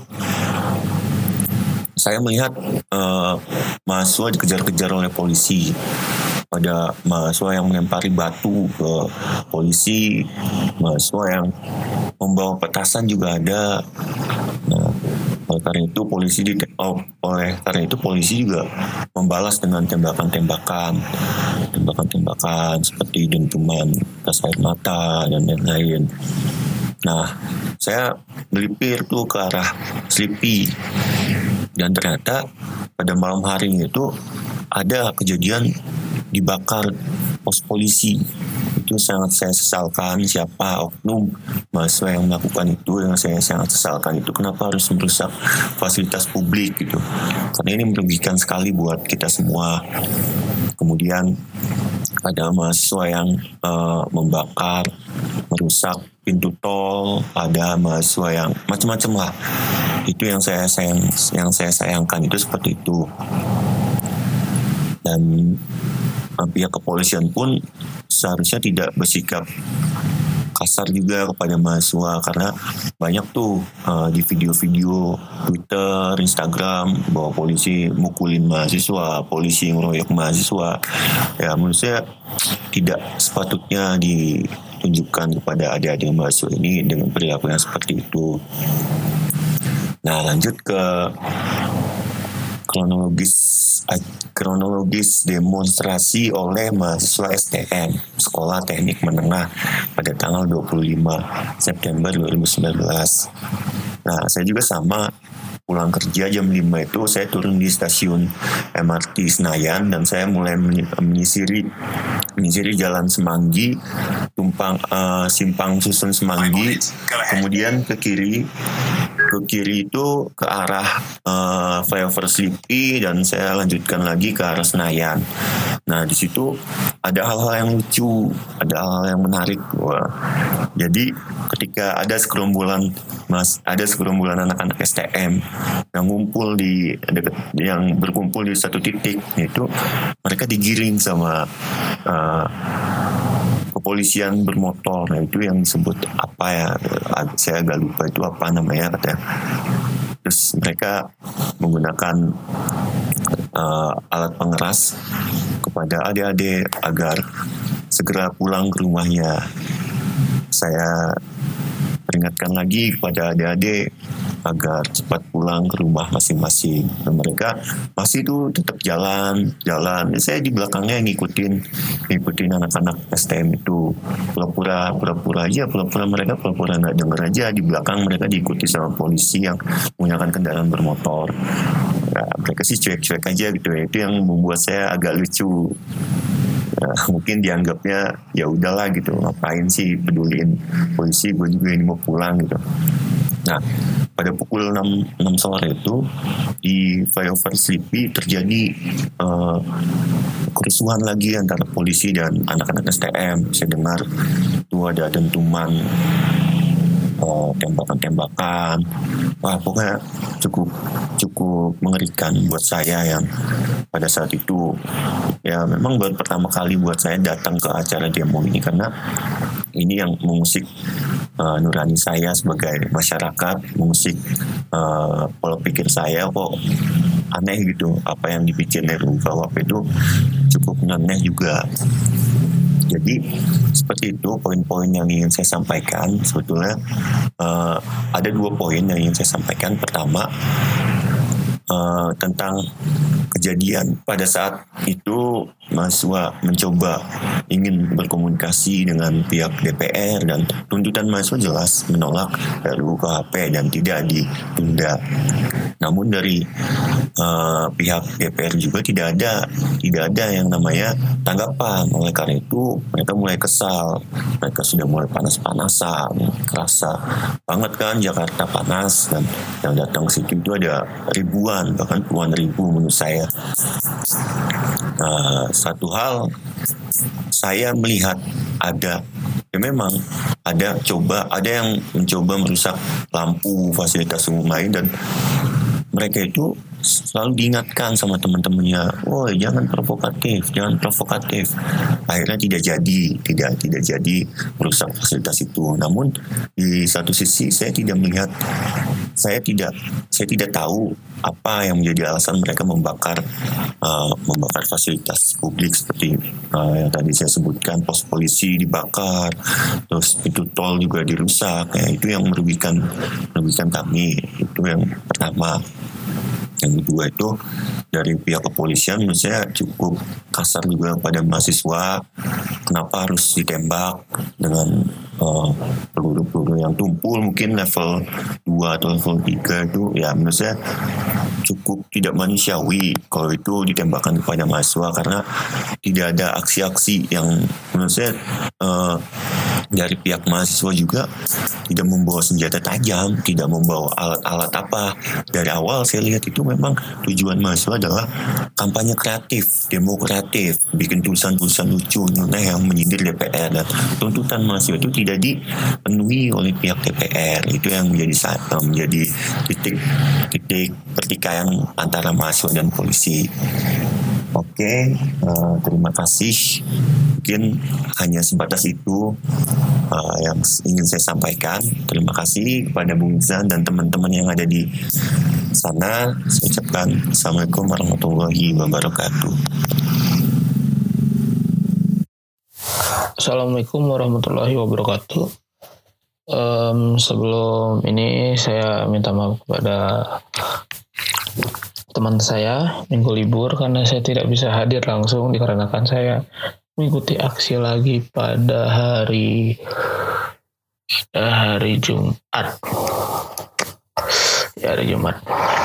saya melihat mahasiswa dikejar-kejar oleh polisi. Ada mahasiswa yang melempari batu ke polisi, mahasiswa yang membawa petasan juga ada. Nah, oleh karena itu polisi juga membalas dengan tembakan-tembakan seperti dentuman gas air mata dan lain-lain. Nah, saya melipir tuh ke arah Slipi, dan ternyata pada malam hari itu ada kejadian dibakar pos polisi. Itu sangat saya sesalkan. Siapa oknum mahasiswa yang melakukan itu, yang saya sangat sesalkan itu. Kenapa harus merusak fasilitas publik gitu? Karena ini merugikan sekali buat kita semua. Kemudian ada mahasiswa yang membakar, merusak pintu tol, ada mahasiswa yang macam-macam lah. Itu yang saya sayangkan itu seperti itu. Dan pihak kepolisian pun seharusnya tidak bersikap kasar juga kepada mahasiswa, karena banyak tuh di video-video Twitter, Instagram bahwa polisi mukulin mahasiswa, polisi ngeroyok mahasiswa. Ya, menurut saya tidak sepatutnya ditunjukkan kepada adik-adik mahasiswa ini dengan perilaku yang seperti itu. Nah, lanjut ke kronologis demonstrasi oleh mahasiswa STM, Sekolah Teknik Menengah, pada tanggal 25 September 2019. Nah, saya juga sama, pulang kerja jam 5 itu saya turun di stasiun MRT Senayan dan saya mulai menyisiri Jalan Semanggi, Simpang Susun Semanggi, kemudian ke kiri itu ke arah flyover Slipi, dan saya lanjutkan lagi ke arah Senayan. Nah, di situ ada hal-hal yang lucu, ada hal-hal yang menarik. Wah. Jadi ketika ada segerombolan anak-anak STM yang berkumpul di satu titik, itu mereka digiring sama kepolisian bermotor. Nah, itu yang disebut apa ya, saya agak lupa itu apa namanya katanya. Terus mereka menggunakan alat pengeras kepada adik-adik agar segera pulang ke rumahnya. Saya peringatkan lagi kepada adik-adik agar cepat pulang ke rumah masing-masing. Dan mereka masih tuh tetap jalan. Saya di belakangnya ngikutin anak-anak STM itu, pura-pura mereka pura-pura nggak dengar aja. Di belakang mereka diikuti sama polisi yang menggunakan kendaraan bermotor. Nah, mereka sih cuek-cuek aja gitu ya. Itu yang membuat saya agak lucu. Nah, mungkin dianggapnya ya udahlah gitu, ngapain sih peduliin polisi, gue juga ini mau pulang gitu. Nah, pada pukul 6 sore itu di flyover Sleepy terjadi kerusuhan lagi antara polisi dan anak-anak STM. Saya dengar itu ada dentuman, tembakan-tembakan. Wah, pokoknya cukup mengerikan buat saya yang pada saat itu ya memang baru pertama kali buat saya datang ke acara demo ini, karena ini yang mengusik nurani saya sebagai masyarakat, mengusik pola pikir saya. Kok aneh gitu apa yang dibikin RUU KUHP itu cukup aneh juga. Jadi seperti itu poin-poin yang ingin saya sampaikan. Sebetulnya ada 2 poin yang ingin saya sampaikan. Pertama, tentang kejadian pada saat itu mahasiswa mencoba ingin berkomunikasi dengan pihak DPR, dan tuntutan mahasiswa jelas menolak RUU KUHP dan tidak ditunda. Namun dari pihak DPR juga tidak ada yang namanya tanggapan. Oleh karena itu mereka mulai kesal, mereka sudah mulai panas-panasan, kerasa banget kan Jakarta panas, dan yang datang ke situ itu ada ribuan, bahkan puluhan ribu menurut saya. Satu hal saya melihat memang ada yang mencoba merusak lampu fasilitas umum lain, dan mereka itu selalu diingatkan sama teman-temannya, woi jangan provokatif. Akhirnya tidak jadi merusak fasilitas itu. Namun di satu sisi saya tidak tahu apa yang menjadi alasan mereka membakar fasilitas publik seperti yang tadi saya sebutkan. Pos polisi dibakar, terus itu tol juga dirusak. Ya, itu yang merugikan kami. Itu yang pertama. Yang kedua itu dari pihak kepolisian menurut saya cukup kasar juga pada mahasiswa. Kenapa harus ditembak dengan peluru-peluru yang tumpul, mungkin level 2 atau level 3 itu ya menurut saya cukup tidak manusiawi kalau itu ditembakkan kepada mahasiswa, karena tidak ada aksi-aksi yang menurut saya dari pihak mahasiswa juga tidak membawa senjata tajam, tidak membawa alat-alat apa. Dari awal saya lihat itu memang tujuan mahasiswa adalah kampanye kreatif, demo kreatif, bikin tulisan-tulisan lucu, yang menyindir DPR, dan tuntutan mahasiswa itu tidak dipenuhi oleh pihak DPR. Itu yang menjadi titik pertikaian antara mahasiswa dan polisi. Oke, terima kasih. Mungkin hanya sebatas itu yang ingin saya sampaikan. Terima kasih kepada Bung Izan dan teman-teman yang ada di sana. Saya ucapkan Assalamualaikum warahmatullahi wabarakatuh. Assalamualaikum warahmatullahi wabarakatuh. Sebelum ini saya minta maaf kepada teman saya minggu libur karena saya tidak bisa hadir langsung dikarenakan saya mengikuti aksi lagi pada hari Jumat. Ya, hari Jumat.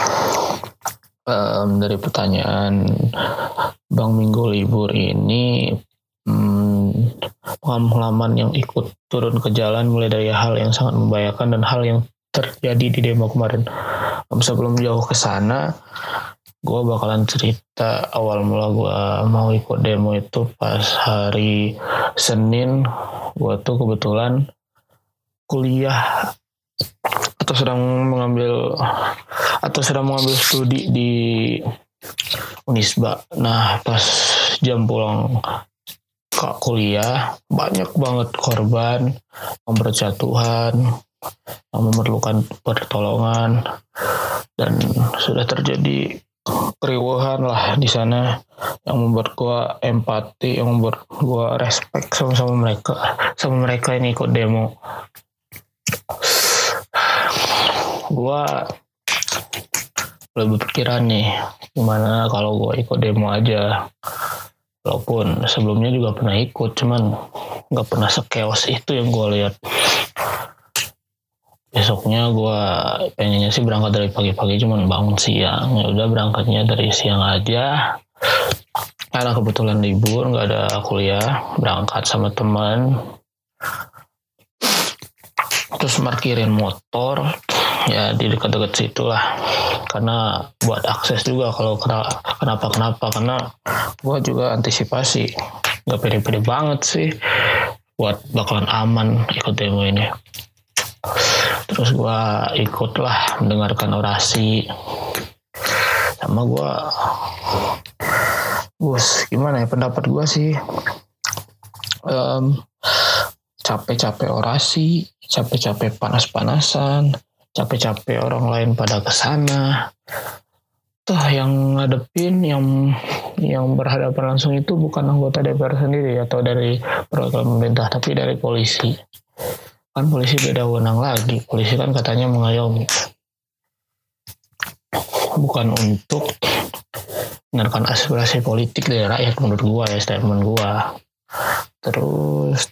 Dari pertanyaan Bang minggu libur ini, pengalaman yang ikut turun ke jalan mulai dari hal yang sangat membahayakan dan hal yang terjadi di demo kemarin. Sebelum jauh ke sana, gue bakalan cerita awal mula gue mau ikut demo itu pas hari Senin. Gue tuh kebetulan kuliah atau sedang mengambil studi di Unisba. Nah, pas jam pulang ke kuliah, banyak banget korban yang berjatuhan, yang memerlukan pertolongan, dan sudah terjadi keriuhan lah di sana yang membuat gue empati, yang membuat gue respect sama mereka ini ikut demo. gue lebih berpikiran nih gimana kalau gue ikut demo aja. Walaupun sebelumnya juga pernah ikut, cuman nggak pernah sekeos itu yang gue lihat. Besoknya gue pengennya sih berangkat dari pagi-pagi, cuman bangun siang. Ya udah berangkatnya dari siang aja. Karena kebetulan libur, nggak ada kuliah, berangkat sama teman. Terus parkirin motor ya di dekat-dekat situ lah, karena buat akses juga kalau kenapa karena gue juga antisipasi, nggak pede-pede banget sih buat bakalan aman ikut demo ini. Terus gue ikut lah mendengarkan orasi, sama gue gimana ya pendapat gue sih, capek-capek orasi, capek-capek panas-panasan, capek-capek orang lain pada kesana. Tuh yang ngadepin, yang berhadapan langsung itu bukan anggota DPR sendiri atau dari perwakilan pemerintah, tapi dari polisi. Kan polisi beda wewenang lagi. Polisi kan katanya mengayomi, bukan untuk mendengarkan aspirasi politik dari rakyat, menurut gua ya, statement gua. Terus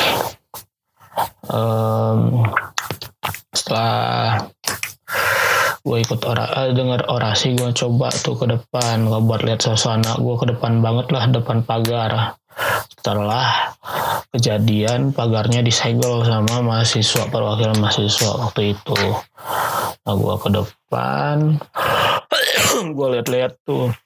setelah gue ikut dengar orasi, gue coba tuh ke depan, gue buat lihat suasana, gue ke depan banget lah, depan pagar. Setelah kejadian pagarnya disegel sama mahasiswa, perwakilan mahasiswa waktu itu. Nah gue ke depan, gue lihat-lihat tuh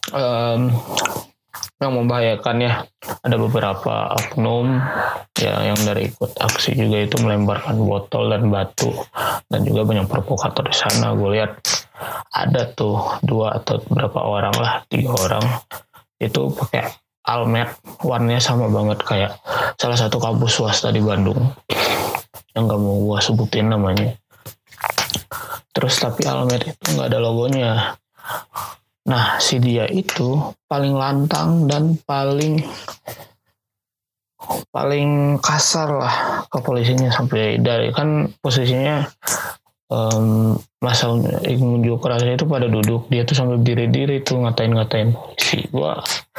yang membahayakan ya, ada beberapa oknum ya yang dari ikut aksi juga itu melemparkan botol dan batu, dan juga banyak provokator di sana. Gue lihat ada tuh 2 atau berapa orang lah, 3 orang itu pakai almet, warnanya sama banget kayak salah satu kampus swasta di Bandung yang gak mau gue sebutin namanya. Terus tapi almet itu gak ada logonya. Nah, si dia itu paling lantang dan paling kasar lah ke polisinya, sampai dari kan posisinya masa unjuk rasa itu pada duduk, dia tuh sambil diri-diri tuh ngatain polisi. Gua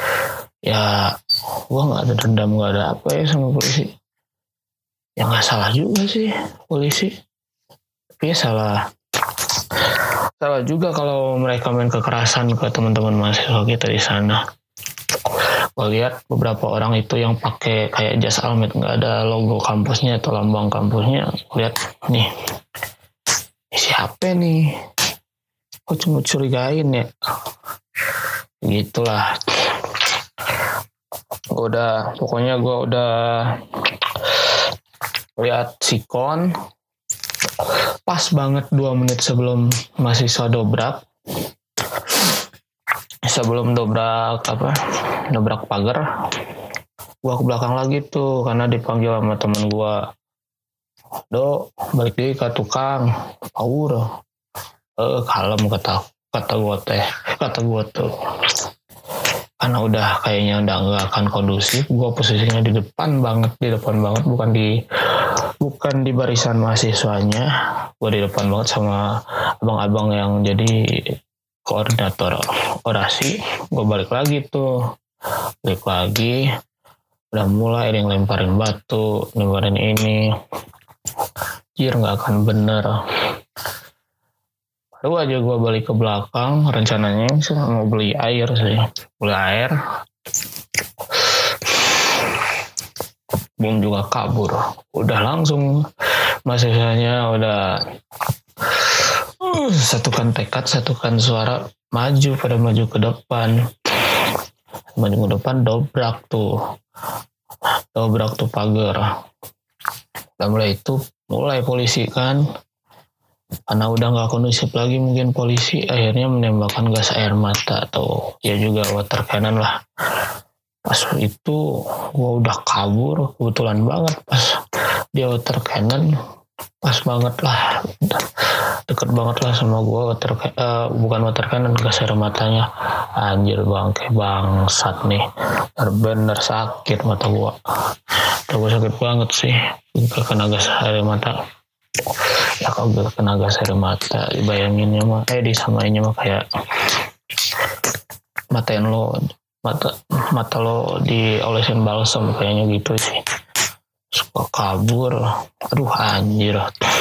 nggak ada dendam, nggak ada apa ya sama polisi. Ya nggak salah juga sih polisi, tapi ya salah juga kalau mereka main kekerasan ke teman-teman mahasiswa kita di sana. Gue lihat beberapa orang itu yang pakai kayak jas almet, nggak ada logo kampusnya atau lambang kampusnya. Lihat nih, siapa nih? Kok cuma curigain ya? Gitulah. Pokoknya gue udah lihat sikon. Pas banget 2 menit sebelum mahasiswa dobrak pagar, gua ke belakang lagi tuh karena dipanggil sama temen gua. Do, balik deh ke tukang power. Kalem kata gua tuh. Karena udah kayaknya udah nggak akan kondusif, gua posisinya di depan banget, bukan di barisan mahasiswanya. Gue di depan banget sama abang-abang yang jadi koordinator orasi. Gue balik lagi, udah mulai ada yang lemparin batu, lemparin ini. Jir, nggak akan bener. Baru aja gue balik ke belakang, rencananya mau beli air. Belum juga kabur, udah langsung mahasiswanya udah satukan tekad, satukan suara, maju ke depan, dobrak tuh pagar. Dan mulai polisi kan, karena udah nggak kondusif lagi, mungkin polisi akhirnya menembakkan gas air mata atau ya juga water cannon lah. Pas itu gue udah kabur, kebetulan banget pas dia water cannon, pas banget lah, deket banget lah sama gue, bukan water cannon, gas air matanya. Anjir, bangsat nih, bener sakit mata gue. Sakit banget sih kena gas air mata. Ya kalau kena gas air mata, dibayanginnya mah disamainnya mah kayak mata lo diolesin balsam kayaknya gitu sih. Suka kabur, aduh anjir,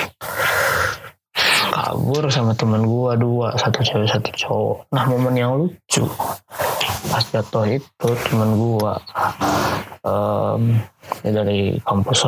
kabur sama teman gua 2, satu cewek satu cowok. Nah momen yang lucu pas jatuh itu teman gua dari kampus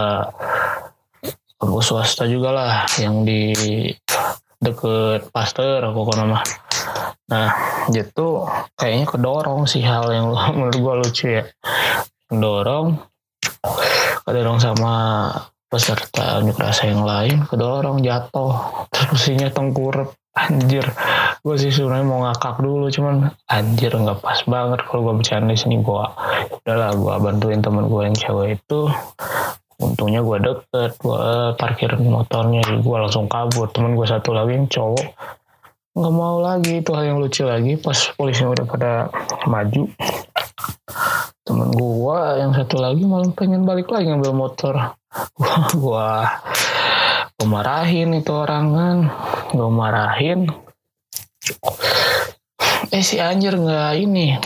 swasta juga lah, yang di deket Pasteur pokoknya mah. Nah gitu kayaknya kedorong sih, hal yang menurut gua lucu ya, kedorong sama peserta unjuk rasa yang lain, kedorong jatuh, terus mesinnya tengkurap. Anjir, gue sih sebenarnya mau ngakak dulu, cuman anjir nggak pas banget kalau gue bercanda di sini. Gue bantuin temen gue yang cewek itu. Untungnya gue deket, gue parkirin motornya, gue langsung kabur. Temen gue satu lagi yang cowok nggak mau lagi. Itu hal yang lucu lagi, pas polisi udah pada maju, temen gue yang satu lagi malah pengen balik lagi ngambil motor. Gue marahin itu orang kan, gue marahin. Si anjir nggak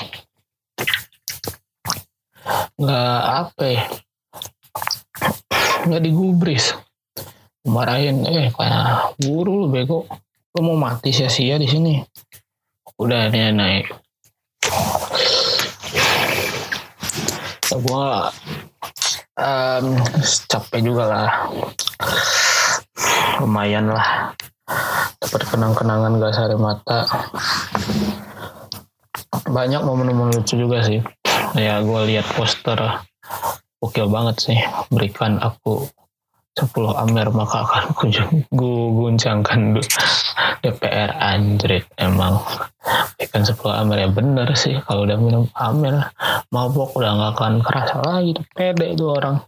nggak digubris, marahin. Kayak guru lu bego, lu mau mati sia-sia di sini. Udah dia naik. Gue capek juga lah, lumayan lah, dapat kenang-kenangan gas air mata. Banyak momen-momen lucu juga sih. Ya gue lihat poster gokil banget sih, berikan aku 10 Amer maka akan guncangkan DPR. Anjrit, emang berikan 10 Amer ya bener sih. Kalau udah minum Amer mabok udah gak akan kerasa lagi tuh, pede itu orang.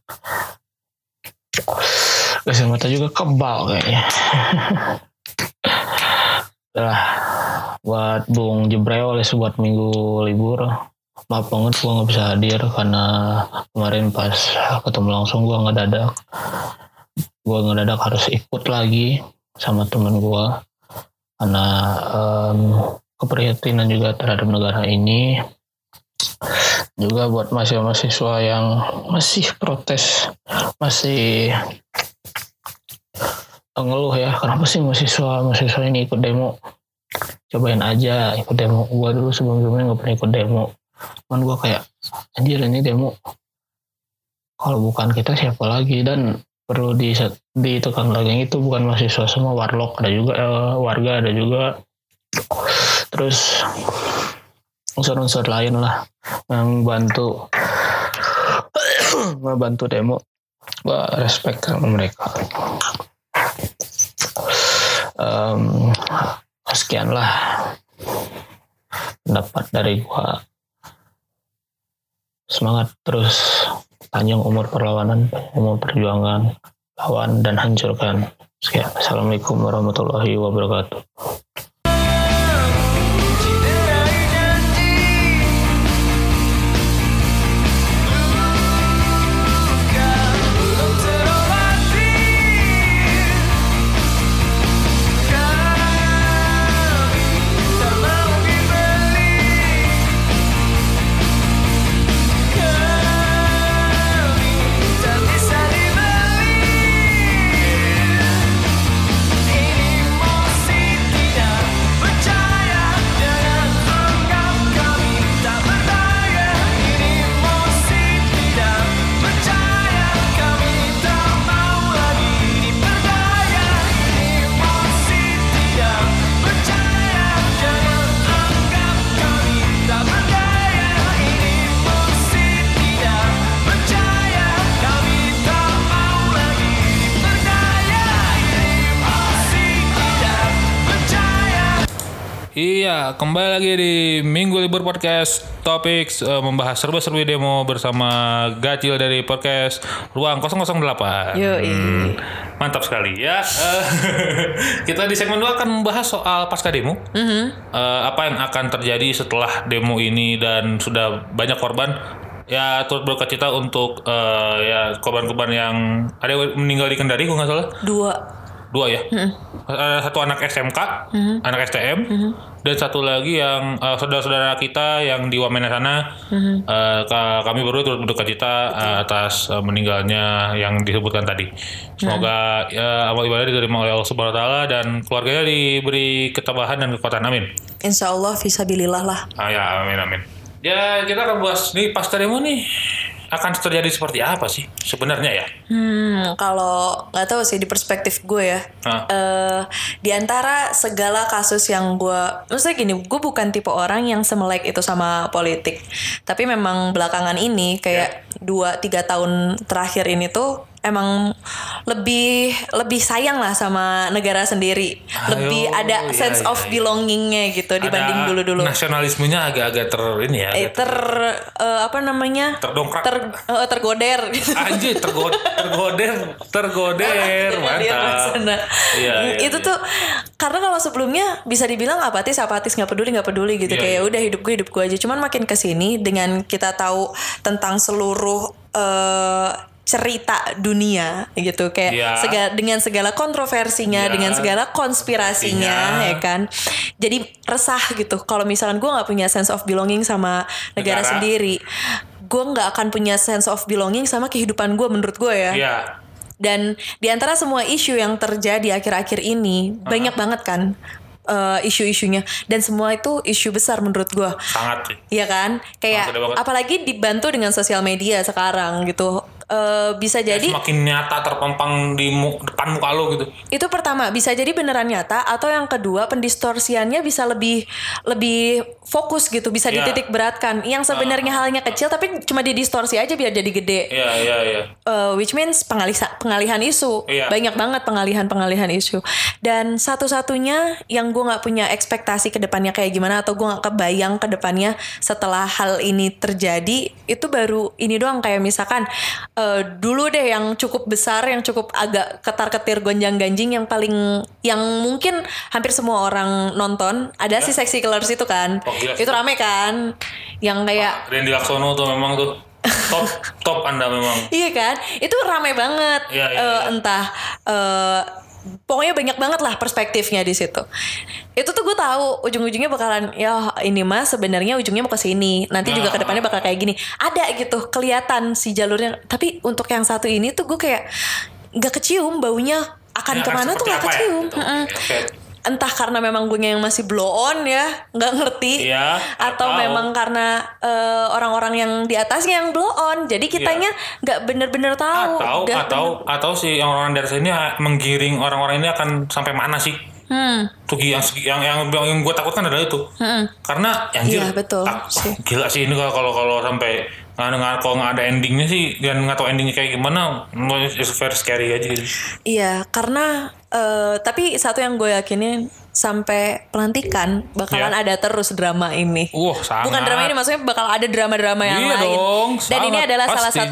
Gas air mata juga kebal kayaknya. Lah buat Bung Jebreoles buat minggu libur, maaf banget gue gak bisa hadir karena kemarin pas ketemu langsung gue ngedadak harus ikut lagi sama temen gue karena keprihatinan juga terhadap negara ini. Juga buat mahasiswa yang masih protes, masih ngeluh ya, kenapa sih mahasiswa ini ikut demo. Cobain aja ikut demo. Gue dulu sebelum-sebelumnya gak pernah ikut demo, cuman gue kayak anjir ini demo, kalau bukan kita siapa lagi. Dan perlu ditekan lagi, yang itu bukan mahasiswa semua, warlock ada juga, warga ada juga, terus unsur-unsur lain lah yang bantu demo. Gue respect sama mereka. Sekian lah pendapat dari gue. Semangat terus, panjang umur perlawanan, umur perjuangan, lawan dan hancurkan. Sekian. Assalamualaikum warahmatullahi wabarakatuh. Iya, kembali lagi di Minggu Libur Podcast Topik, membahas serba-serbi demo bersama Gacil dari podcast Ruang 008. Mantap sekali ya. Kita di segmen 2 akan membahas soal pasca demo. Apa yang akan terjadi setelah demo ini dan sudah banyak korban. ya turut berduka cita untuk ya korban-korban yang ada yang meninggal di Kendari, gue nggak salah. Dua ya. Ada satu anak SMK, anak STM, dan satu lagi yang saudara-saudara kita yang di Wamena sana. Kami berdua turut berduka cita atas meninggalnya yang disebutkan tadi. Semoga amal ibadah diterima oleh Allah Subhanahu Wa Taala dan keluarganya diberi ketabahan dan kekuatan. Amin. Insya Allah fisabilillah lah. Ya, amin. Ya, kita akan bahas nih pasca demo nih akan terjadi seperti apa sih sebenarnya ya? Kalau nggak tahu sih di perspektif gue ya. Di antara segala kasus yang maksudnya gini, gue bukan tipe orang yang semelek itu sama politik. Tapi memang belakangan ini kayak 2-3 tahun terakhir ini tuh emang lebih sayang lah sama negara sendiri. Lebih ada sense of belongingnya gitu dibanding dulu-dulu. Nasionalismenya agak-agak terdongkrak. Tergoder gitu. Anjir, tergoder. Mantap. Iya. Itu tuh karena kalau sebelumnya bisa dibilang apatis nggak peduli gitu. Kayak udah hidup gue aja. Cuman makin kesini dengan kita tahu tentang seluruh cerita dunia gitu kayak dengan segala kontroversinya, dengan segala konspirasinya ya kan. Jadi resah gitu kalau misalkan gue nggak punya sense of belonging sama negara sendiri, gue nggak akan punya sense of belonging sama kehidupan gue menurut gue ya. Dan di antara semua isu yang terjadi akhir-akhir ini banyak banget kan isu-isunya, dan semua itu isu besar menurut gue. Sangat sih. Iya kan? Kayak apalagi dibantu dengan sosial media sekarang gitu. Bisa jadi semakin nyata terpampang di depan muka lo gitu. Itu pertama, bisa jadi beneran nyata, atau yang kedua pendistorsiannya bisa lebih fokus gitu, bisa dititik beratkan. Yang sebenarnya halnya kecil tapi cuma didistorsi aja biar jadi gede. Iya. Which means pengalihan isu. Banyak banget pengalihan isu. Dan satu-satunya yang gue nggak punya ekspektasi ke depannya kayak gimana, atau gue nggak kebayang ke depannya setelah hal ini terjadi, itu baru ini doang. Kayak misalkan dulu deh yang cukup besar, yang cukup agak ketar-ketir gonjang-ganjing, yang mungkin hampir semua orang nonton, ada si Sexy Killers itu kan. Itu rame kan, yang kayak Randy Laksono tuh memang tuh top Anda memang. Iya kan, itu rame banget. Entah pokoknya banyak banget lah perspektifnya di situ. Itu tuh gue tahu ujung-ujungnya bakalan ini mah sebenarnya ujungnya mau ke sini. Nanti juga ke depannya bakal kayak gini. Ada gitu kelihatan si jalurnya. Tapi untuk yang satu ini tuh gue kayak nggak kecium baunya akan kemana tuh nggak kecium. Entah karena memang gue yang masih blow on ya, nggak ngerti, atau memang karena orang-orang yang di atasnya yang blow on, jadi kitanya nggak bener-bener tahu. Atau si orang-orang dari sini menggiring orang-orang ini akan sampai mana sih? Tuh yang gue takutkan adalah itu. Karena anjir, betul. Gila sih ini kalau sampai kalau nggak ada endingnya sih, dan nggak tahu endingnya kayak gimana, it's very scary aja gitu. Iya, karena tapi satu yang gue yakinin, sampai pelantikan bakalan ada terus drama ini. Sangat. Bukan drama ini, maksudnya bakal ada drama-drama yang lain. Dong, dan ini adalah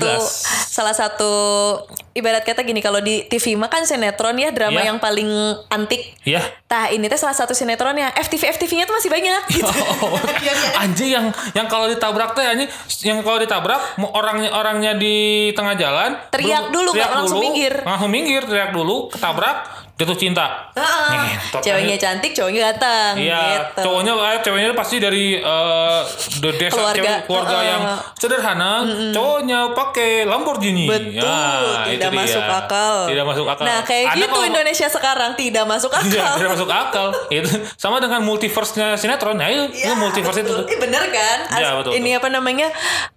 salah satu ibarat kata gini, kalau di TV mah kan sinetron ya, drama yang paling antik. Tah ini tuh salah satu sinetronnya. FTV-nya tuh masih banyak gitu. Anjing yang kalau ditabrak tuh anjing, yang kalau ditabrak orangnya di tengah jalan teriak dulu, nggak langsung minggir, teriak dulu, ketabrak, jatuh cinta. Ceweknya cantik, cowoknya ganteng. Gitu. Ceweknya pasti dari desa, keluarga yang sederhana. Cowoknya pakai Lamborghini. Betul, tidak masuk akal. Nah, kayak gitu Indonesia sekarang tidak masuk akal. Tidak masuk akal. Itu sama dengan multiverse-nya sinetron. Nah, itu multiverse betul. itu. Bener kan? Betul. Ini apa namanya?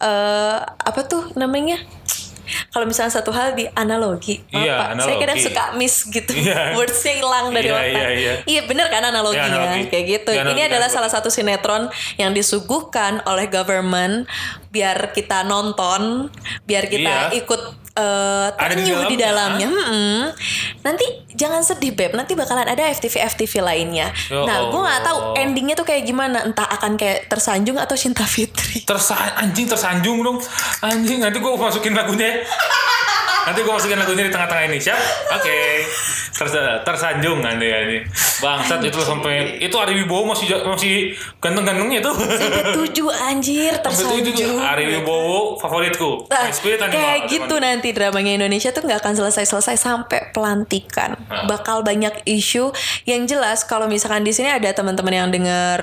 Apa tuh namanya? Kalau misalnya satu hal di analogi, saya kadang suka miss gitu, wordsnya hilang dari otak. Iya bener kan analoginya, kayak gitu. Ini adalah salah satu sinetron yang disuguhkan oleh government biar kita nonton, biar kita ikut terenyuh di dalamnya. Nanti jangan sedih Beb, nanti bakalan ada FTV lainnya. Gue nggak tahu endingnya tuh kayak gimana, entah akan kayak Tersanjung atau Cinta Fitri. Tersanjung dong, anjing. Nanti gue masukin lagunya. Nanti gue masukin lagunya di tengah-tengah ini, siap? Oke. Tersanjung nanti. Bangsat itu sampai itu Ari Wibowo masih ganteng-gantengnya tuh. Sampai 7 anjir tersanjung. Ari Wibowo favoritku. Nah, Spirit kayak gitu nanti dramanya Indonesia tuh nggak akan selesai sampai pelantikan. Bakal banyak isu yang jelas. Kalau misalkan di sini ada teman-teman yang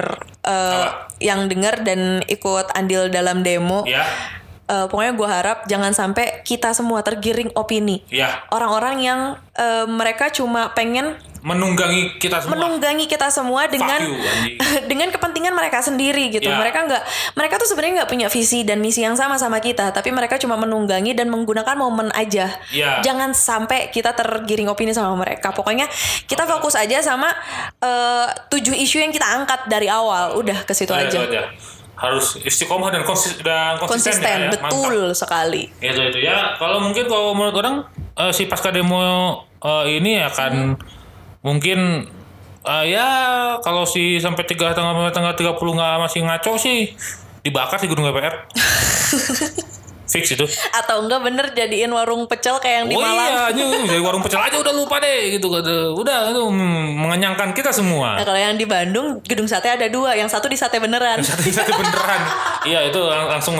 dengar dan ikut andil dalam demo. Ya. Pokoknya gue harap jangan sampai kita semua tergiring opini. Ya. Orang-orang yang mereka cuma pengen menunggangi kita semua dengan dengan kepentingan mereka sendiri gitu. Yeah. Mereka tuh sebenarnya nggak punya visi dan misi yang sama kita, tapi mereka cuma menunggangi dan menggunakan momen aja. Yeah. Jangan sampai kita tergiring opini sama mereka. Pokoknya kita fokus aja sama 7 isu yang kita angkat dari awal. Udah ke situ aja. Harus istiqomah dan konsisten ya, betul mantap. Sekali. Itu ya. Kalau menurut orang si pasca demo ini akan mungkin ya kalau si sampai tanggal 30 nggak masih ngaco sih dibakar di gedung DPR. Fix itu. Atau enggak bener jadiin warung pecel kayak yang di Malang. Iya, jadi warung pecel aja udah lupa deh gitu. Udah itu mengenyangkan kita semua. Nah, kalau yang di Bandung gedung sate ada 2, yang satu di sate beneran. Yang satu di sate beneran. Iya, itu langsung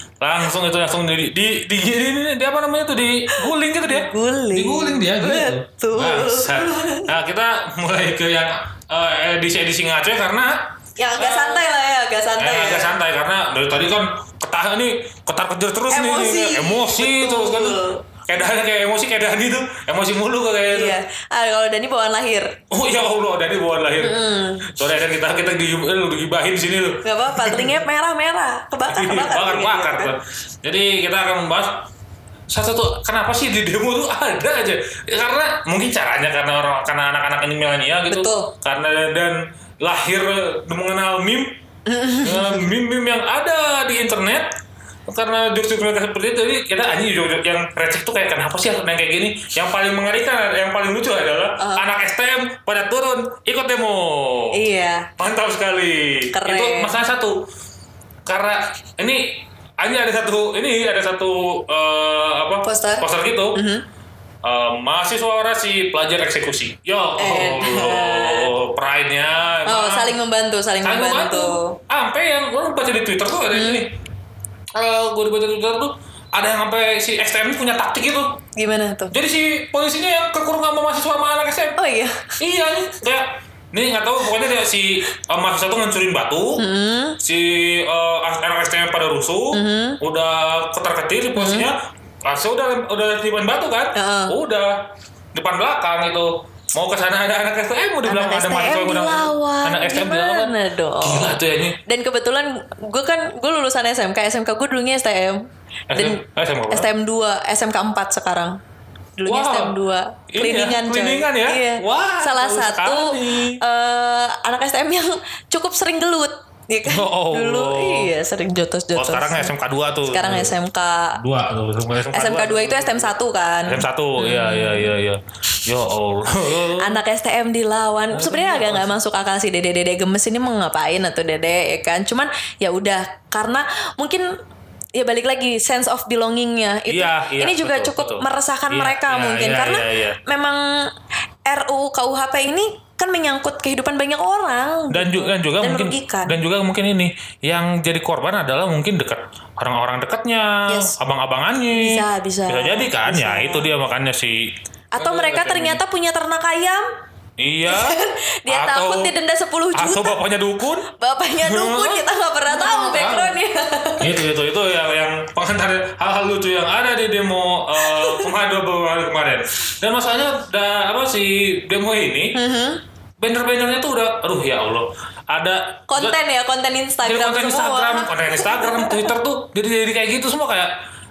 di apa namanya tuh diguling gitu dia. Diguling dia gitu. Nah, kita mulai ke yang edisi ngaco karena yang agak santai lah ya, agak santai karena dari tadi kan ketar-ketir terus emosi terus kan. Kayak emosi kayak Dani tuh, emosi mulu kayak itu. Iya. Kalau Dani bawaan lahir. Oh ya Allah, Dani bawaan lahir. Soalnya dan kita digibahin sini tuh. Enggak apa-apa, telingnya merah-merah, kebakar. Jadi kita akan membahas satu kenapa sih di demo tuh ada aja. Karena mungkin caranya karena anak-anak ini milenial gitu. Betul. Karena dan lahir mengenal meme yang ada di internet. Karena jurus mereka seperti itu, jadi kita yang receh tuh kayak kenapa sih yang kayak gini. Yang paling mengerikan, yang paling lucu adalah anak STM pada turun ikut demo. Iya. Mantap sekali. Keren. Itu masalah satu. Karena ini ada satu poster gitu. Mahasiswa orasi pelajar eksekusi. Yo, pride-nya. Saling membantu. Sampai yang gue baca di Twitter tuh ada ini. Gue dibaca di Twitter tuh ada yang sampai si STM punya taktik itu. Gimana tuh? Jadi si polisinya yang kekurung sama mahasiswa sama anak STM. Oh iya. Iya nih kayak nih nggak tahu pokoknya dia si mahasiswa tuh ngancurin batu. Si anak STM pada rusuh. Udah ketar-ketir si polisinya. Langsung udah di depan batu kan? Udah depan belakang itu. Mau ke sana ada anak STM udah bilang ada mahasiswa yang dilawan. Anak STM dilawan. Gimana dong? Gila tuh ya ini. Dan kebetulan gue lulusan SMK gue dulunya STM. STM 2, SMK 4 sekarang. Dulunya STM 2. Kliningan ya? Iya. Wah, salah satu anak STM yang cukup sering gelut. Ya kan? Dulu iya sering jotos-jotos. Sekarang SMK 2 tuh. Sekarang SMK 2 tuh. SMK 2 itu STM 1 kan. STM 1. Iya. Ya Allah. Anak STM dilawan. Sebenarnya agak enggak masuk akal sih dede gemes ini mau ngapain atau dede ya kan. Cuman ya udah karena mungkin ya balik lagi sense of belongingnya itu ini juga betul, cukup meresahkan mereka mungkin karena memang RUU KUHP ini kan menyangkut kehidupan banyak orang dan juga mungkin ini yang jadi korban adalah mungkin dekat orang-orang dekatnya, abang-abangannya. Bisa jadi kan ya itu dia makanya sih. Atau mereka ternyata punya ternak ayam. Iya. Dia takut didenda 10 juta. Atau bapaknya dukun kita nggak pernah tahu backgroundnya. Itu yang pengantar hal-hal lucu yang ada di demo kemarin. Dan masalahnya si demo ini banner-bannernya tuh udah ya Allah. Ada konten Instagram, Twitter tuh jadi kayak gitu semua kayak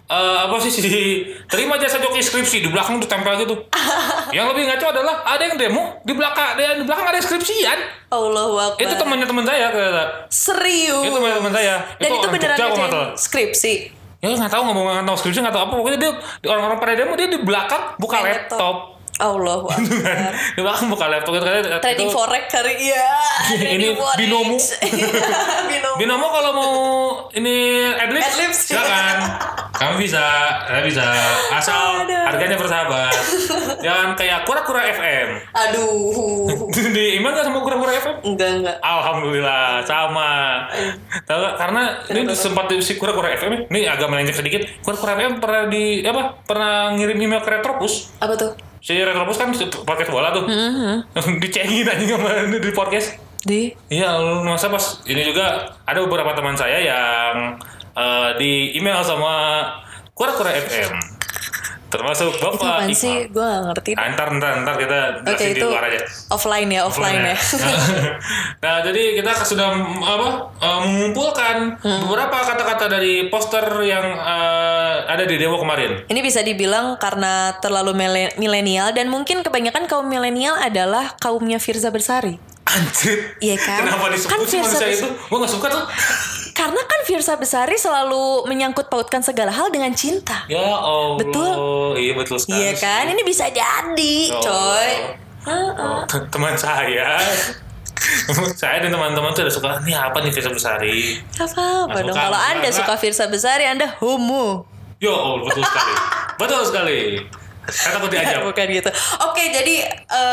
terima jasa joki skripsi di belakang tuh tempel gitu. Yang lebih ngaco adalah ada yang demo di belakang ada skripsian. Allahu Akbar. Itu teman saya kata. Serius. Itu teman saya. Dan itu beneran skripsi. Ya nggak tahu ngomong skripsi nggak tahu apa pokoknya dia orang-orang pada demo dia di belakang buka laptop. Allahu Akbar. Coba kan buka laptop itu Trading forex kali ya. Ini binomo. Binomo kalau mau ini adlibs silakan. Kamu bisa, saya bisa. Asal harganya bersahabat. Jangan kayak kura-kura FM. Aduh. Di email nggak sama kura-kura FM? Enggak. Alhamdulillah sama. Tahu gak? Karena ini sempat si kura-kura FM. Ini agak melenceng sedikit. Kura-kura FM pernah ngirim email ke Retropus. Apa tuh? Si Retropus kan podcast bola tuh. Dicengin aja kemarin di podcast. Iya, masa pas ini juga ada beberapa teman saya yang di email sama Kura-Kura FM. Termasuk Bapak Iqbal. Sih, gue gak ngerti. Ntar kita jelasin di luar aja. Offline ya. Nah, jadi kita sudah mengumpulkan beberapa kata-kata dari poster yang ada di demo kemarin. Ini bisa dibilang karena terlalu milenial dan mungkin kebanyakan kaum milenial adalah kaumnya Firza Bersari. Anjir. Iya kan? Kenapa disebut kan manusia itu? Gue gak suka tuh. Karena kan Firza Bersari selalu menyangkut pautkan segala hal dengan cinta. Ya Allah. Betul. Iya betul sekali. Iya kan? Ini bisa jadi, coy. Teman saya. Saya dan teman-teman tuh udah suka. Ini apa nih Firza Bersari? Apa dong? Kalau Anda suka Firza Bersari, Anda homo. Yo, betul sekali. Betul sekali. Saya takut diajak. Bukan gitu. Oke, jadi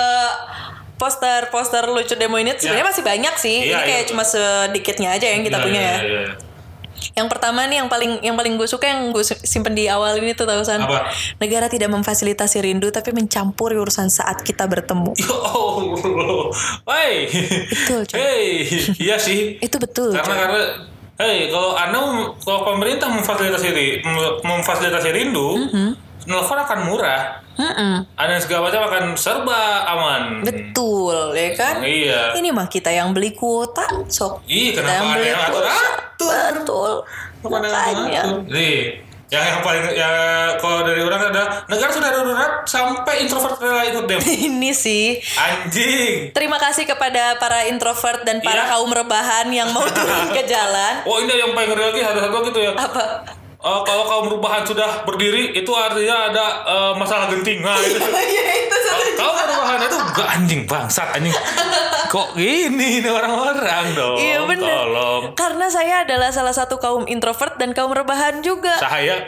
poster lucu demo ini sebenarnya masih banyak sih. Ini kayak cuma sedikitnya aja yang kita punya ya. Yang pertama nih yang paling gue suka yang gue simpen di awal ini tuh tahu San. Apa? Negara tidak memfasilitasi rindu tapi mencampuri urusan saat kita bertemu. Hey. Betul, coy. Hey, iya sih. Itu betul. Karena kalau pemerintah memfasilitasi rindu, nelfon akan murah. Ada segala macam akan serba aman. Betul, ya kan? Iya. Ini mah kita yang beli kuota, sok. Iya, kenapa ada yang atur-atur? Betul. Makanya. Nih, yang paling kalau dari orang ada negara sudah darurat sampai introvert rela ikut demo. Ini sih. Anjing. Terima kasih kepada para introvert dan para kaum rebahan yang mau turun ke jalan. Oh, ini yang paling ngeri lagi ada satu gitu ya. Apa? Kalau kaum perubahan sudah berdiri itu artinya ada masalah genting. Nah, itu. Kalau perubahan itu gak anjing bangsat anjing. Kok gini nih orang-orang dong. Iya bener. Tolong. Karena saya adalah salah satu kaum introvert dan kaum rebahan juga. Saya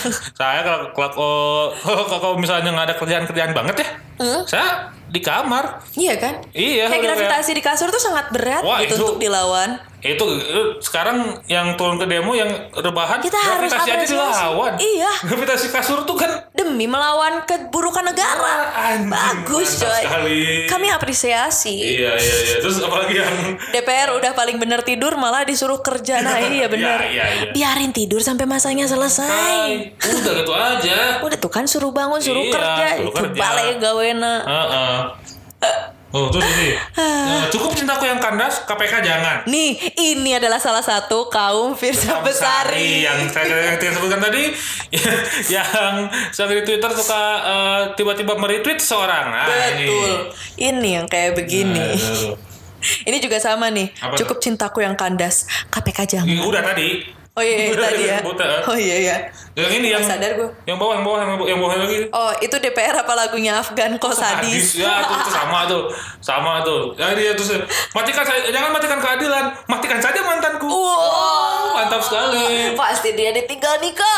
kalau misalnya nggak ada kerjaan banget ya, saya di kamar. Iya kan? Iya. Kayak gravitasi di kasur tuh sangat berat untuk dilawan. Itu sekarang yang turun ke demo yang rebahan kita harus gravitasi aja dilawan. Iya. Gravitasi kasur tuh kan demi melawan keburukan negara. Bagus coy. Kami apresiasi. Iya. Terus apalagi yang DPR udah paling bener tidur malah disuruh kerja. Nah iya bener. Iya. Biarin tidur sampai masanya selesai. Udah gitu aja. Udah tuh kan suruh bangun, suruh kerja. Balik gawena. Oh terus ini cukup cintaku yang kandas, KPK jangan. Nih ini adalah salah satu kaum Firza Bersari yang saya sebutkan tadi yang di Twitter suka tiba-tiba meretweet seorang. Betul. Ini yang kayak begini. Ini juga sama nih. Apa cukup cintaku yang kandas, KPK jangan. Udah tadi. Oh iya tadi ya. Oh iya. Yang ini yang sadar gue. Yang bawah lagi. Oh, itu DPR apa lagunya Afgan kok sadis. Ya, itu sama tuh. Ya dia terus jangan matikan keadilan, matikan saja mantanku. Wow. Mantap sekali. Pasti dia ditinggal nikah.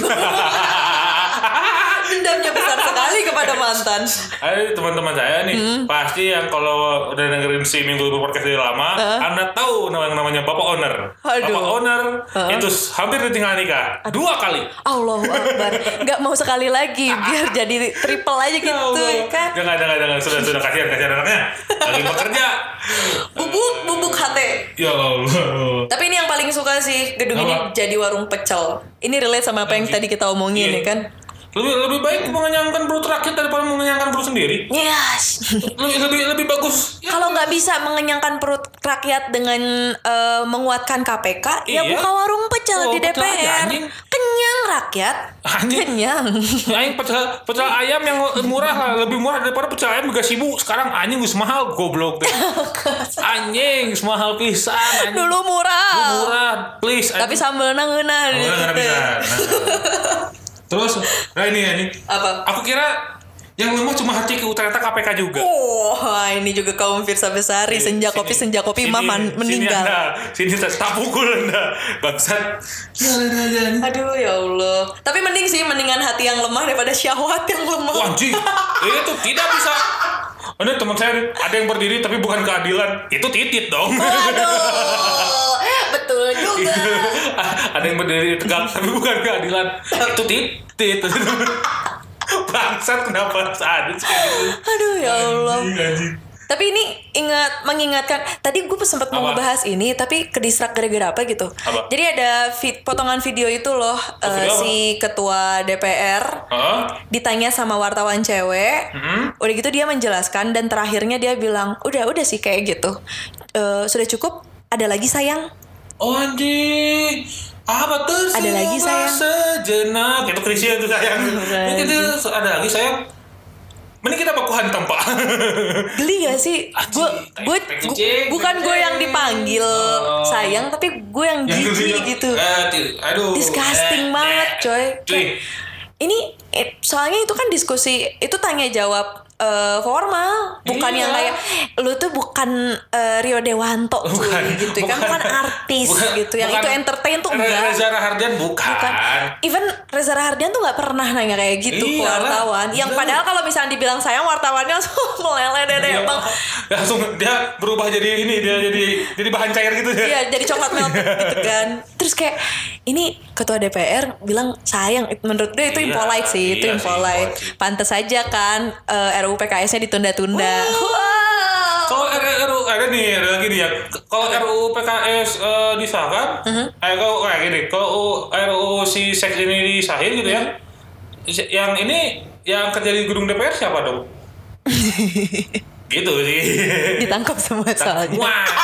Dendamnya besar sekali kepada mantan. Teman-teman saya nih pasti yang kalau udah dengerin si Minggu Podcast dari lama, Anda tahu namanya Bapak Owner. Aduh. Bapak Owner itu hampir ditinggal nikah 2 kali. Allahu Akbar. Nggak mau sekali lagi biar jadi triple aja gitu kan. Jangan sudah kasihan anaknya lagi bekerja. Bubuk hati. Ya Allah. Tapi ini yang paling suka sih gedung ini jadi warung pecel. Ini relate sama apa yang tadi kita omongin ya kan. Lebih baik mengenyangkan perut rakyat daripada mengenyangkan perut sendiri. Yes. lebih bagus. Ya. Kalau nggak bisa mengenyangkan perut rakyat dengan menguatkan KPK, ya buka warung pecel di DPR. Kenyang rakyat. Kenyang. Anjing pecel ayam yang lebih murah daripada pecel ayam 3.000. Sekarang anjing geus mahal goblok teh. Anjing geus mahal pisan. Dulu murah, please. Tapi sambelna ngeunah. Terus, ini. Apa? Aku kira Yang lemah cuma hatiku, ternyata KPK juga. Wah, ini juga kaum Firsa Besari. Senja kopi mah meninggal. Sini tak pukul Anda. Bangsat. Aduh ya Allah. Tapi mendingan hati yang lemah daripada syahwat yang lemah. Anjing. Itu tidak bisa. Ada teman saya ada yang berdiri tapi bukan keadilan. Itu titit dong. Aduh. Betul juga. Ada yang berdiri tegak tapi bukan keadilan. Itu titit. Bangsat kenapa saat itu kayak gitu. Aduh ya Allah. Anjing. Tapi ini mengingatkan. Tadi gue sempat mau ngebahas ini, tapi kedistrak gara-gara apa gitu. Apa? Jadi ada potongan video itu loh, si ketua DPR ditanya sama wartawan cewek. Udah gitu dia menjelaskan dan terakhirnya dia bilang, udah sih kayak gitu. Sudah cukup. Ada lagi sayang. Oh anjing. Apa tuh? Ada lagi sayang. Sejenak. Itu Krisya itu sayang. Itu ada lagi sayang. Mending kita baku hantam Pak. Geli gak sih? Bukan gue yang dipanggil sayang, tapi gue yang jijik gitu. Aduh. Disgusting banget coy. Ini soalnya itu kan diskusi, itu tanya jawab formal, bukan yang kayak lu tuh bukan Rio Dewanto gitu kan, bukan artis gitu, yang itu entertain tuh enggak. Reza Rahardian bukan. Even Reza Rahardian tuh nggak pernah nanya kayak gitu ke wartawan. Yang padahal kalau misalnya dibilang sayang, wartawannya langsung meleleh deh bang. Langsung dia berubah jadi ini, dia jadi bahan cair gitu ya. Iya, jadi coklat melt gitu kan. Terus kayak ini ketua DPR bilang sayang, menurut dia itu impolite sih, itu impolite. Pantes aja kan RUU PKS-nya ditunda-tunda. Wow. Kalau RUU ada lagi nih ya. Kalau RUU PKS disahkan, kalau kayak gini, kalau RUU si seks ini disahin gitu ya, yang ini yang kerja di gedung DPR siapa dong? Gitu sih. Ditangkap semua soalnya.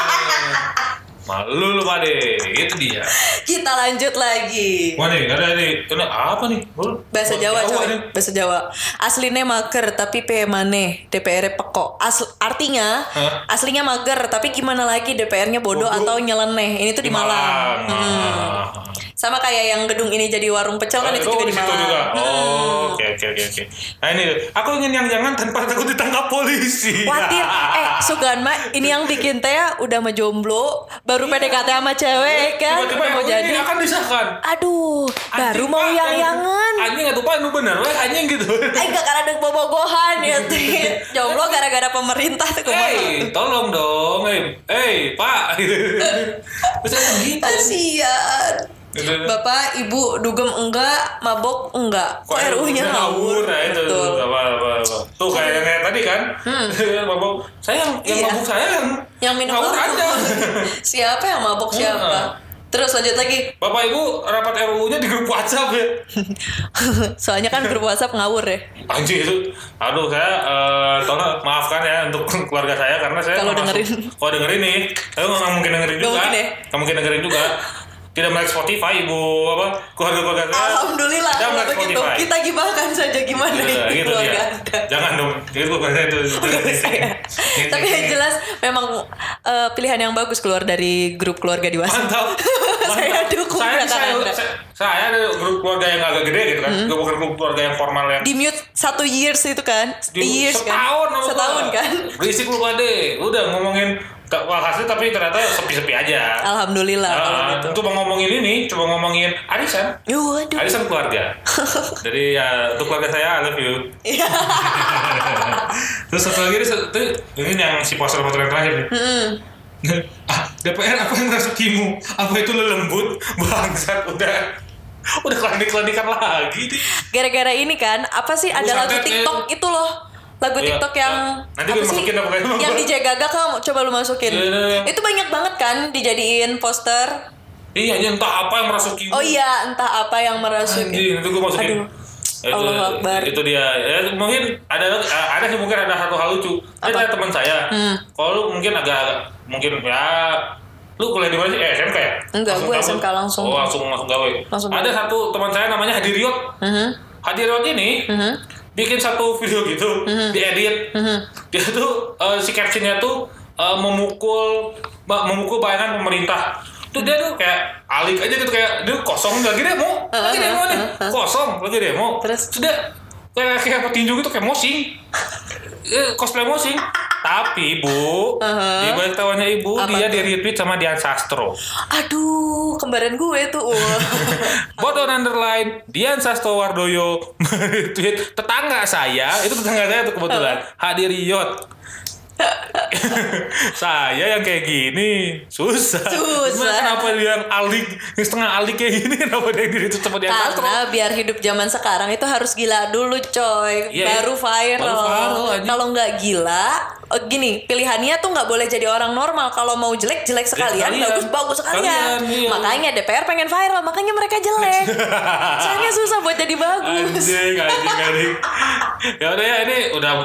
Malu lu Pak De, itu dia. Kita lanjut lagi. Wah nih, ada nih, ini apa nih? Bahasa Jawa coy, bahasa Jawa. Aslinya mager tapi pe maneh DPR peko. Artinya aslinya mager tapi gimana lagi DPR-nya bodoh atau nyeleneh. Ini tuh di Malang. Sama kayak yang gedung ini jadi warung pecel kan, itu juga di Malang. Oke. Nah ini, aku ingin yang jangan tanpa takut ditangkap polisi. Khawatir. Suganma, ini yang bikin teh udah menjomblo, baru PDKT sama cewek kan, tiba-tiba mau jadi ini akan disahkan. Aduh, baru mau yang-yangan. Anjing atuh Pak, nu bener weh anjing gitu. Enggak karena ada bobogohan ya. Jomblo gara-gara pemerintah tuh kumaha. Tolong dong. Pak. Terus gitu. Kasian. Bapak, Ibu dugem enggak, mabok enggak. Kok RU-nya ngawur? Nah itu. Tuh kayak yang tadi kan. Mabok. Saya yang mabok saya yang minum ngawur aja. Siapa yang mabok siapa? Terus lanjut lagi. Bapak Ibu rapat RUU-nya di grup WhatsApp ya. Soalnya kan grup WhatsApp ngawur ya. Anjing itu. Aduh saya tolong maafkan ya untuk keluarga saya karena saya kalau dengerin nih, saya nggak mungkin dengerin juga. Nggak mungkin dengerin juga. Tidak melek Spotify ibu keluarga saya. Alhamdulillah kalau begitu kita gibahkan saja gimana itu keluarga Anda. Jangan dong, itu keluarga itu. Tapi yang jelas memang pilihan yang bagus keluar dari grup keluarga di WhatsApp. Mantap. Saya dukung saya ada grup keluarga yang agak gede gitu kan, bukan grup keluarga yang formal yang di mute 1 years itu kan, setahun kan. Berisik lu Pade, udah ngomongin hasil tapi ternyata sepi-sepi aja. Alhamdulillah kalau gitu. Coba ngomongin ini, coba ngomongin arisan. Arisan keluarga. Jadi ya untuk keluarga saya I love you. Terus satu lagi ini yang si poster yang terakhir nih. DPR apa yang merasukimu? Apa itu lelembut? Bangsat udah klinik-klinikan lagi nih. Gara-gara ini kan, apa sih ada lagu TikTok itu loh. Lagu TikTok yang nanti gue masukin apa kayak yang DJ Gaga kamu coba lu masukin. Itu banyak banget kan dijadiin poster. Iya, entah apa yang merasuki. Oh iya, entah apa yang merasuki. Itu gue masukin. Allah Akbar. Itu dia. Ya, mungkin ada sih mungkin ada satu hal lucu. Ada teman saya. Kalau lu mungkin agak mungkin ya lu kuliah di mana sih? SMK ya? Enggak, gue SMK langsung. Oh, langsung gawe. Ada satu teman saya namanya Hadiriot. Hadiriot ini bikin satu video gitu, diedit. Dia tuh si captionnya tuh memukul bayangan pemerintah. Tuh dia tuh kayak alik aja gitu, kayak dia kosong lagi demo nih, kosong lagi demo. Terus dia kayak petinju gitu, kayak mosing. Cosplay mosing. Tapi Bu, di balik tawanya Ibu, dia di-retweet sama Dian Sastro. Aduh, kembaran gue tuh. Bottom underline Dian Sastro Wardoyo retweet tetangga saya tuh kebetulan hadir Riyot. Saya yang kayak gini susah. Kenapa dia yang alik, yang setengah alik kayak gini? Kenapa dia gitu sama Dian Sastro? Karena biar hidup zaman sekarang itu harus gila dulu, coy. Baru viral. Kalau nggak gila, gini, pilihannya tuh nggak boleh jadi orang normal. Kalau mau jelek sekalian, bagus sekalian. Iya. Makanya DPR pengen viral, makanya mereka jelek. Soalnya susah buat jadi bagus. Anjing. Ya udah ya, ini udah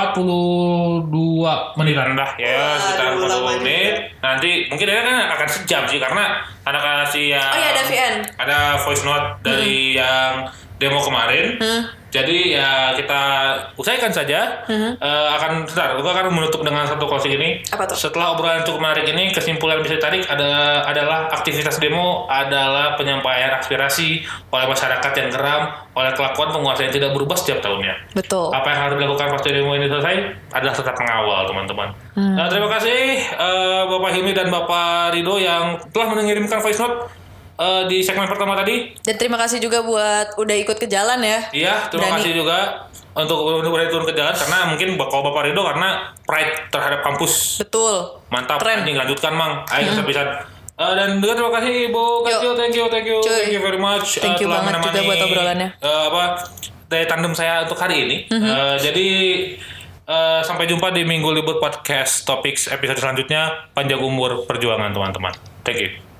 42 menitan dah ya, sekitar 40 menit. Nanti mungkin dia kan akan sejam sih, karena anak kasih yang ada VN, ada voice note dari yang demo kemarin. Jadi ya kita usaikan saja. Gue akan menutup dengan satu closing ini. Apa tuh? Setelah obrolan cukup menarik ini, kesimpulan bisa ditarik adalah aktivitas demo adalah penyampaian aspirasi oleh masyarakat yang geram oleh kelakuan penguasa yang tidak berubah setiap tahunnya. Betul. Apa yang harus dilakukan pasca demo ini selesai adalah tetap mengawal, teman-teman. Terima kasih Bapak Hilmi dan Bapak Rido yang telah mengirimkan voice note di segmen pertama tadi. Dan terima kasih juga buat udah ikut ke jalan ya. Iya, terima kasih juga untuk udah turun ke jalan, karena mungkin kalau Bapak Rido karena pride terhadap kampus. Betul. Mantap. Ini lanjutkan Mang. Ayo bisa. Dan juga terima kasih Ibu. Thank you very much. Thank you banget juga buat obrolannya. Dari tandem saya untuk hari ini. Jadi sampai jumpa di Minggu Libur Podcast Topics episode selanjutnya. Panjang umur perjuangan teman-teman. Thank you.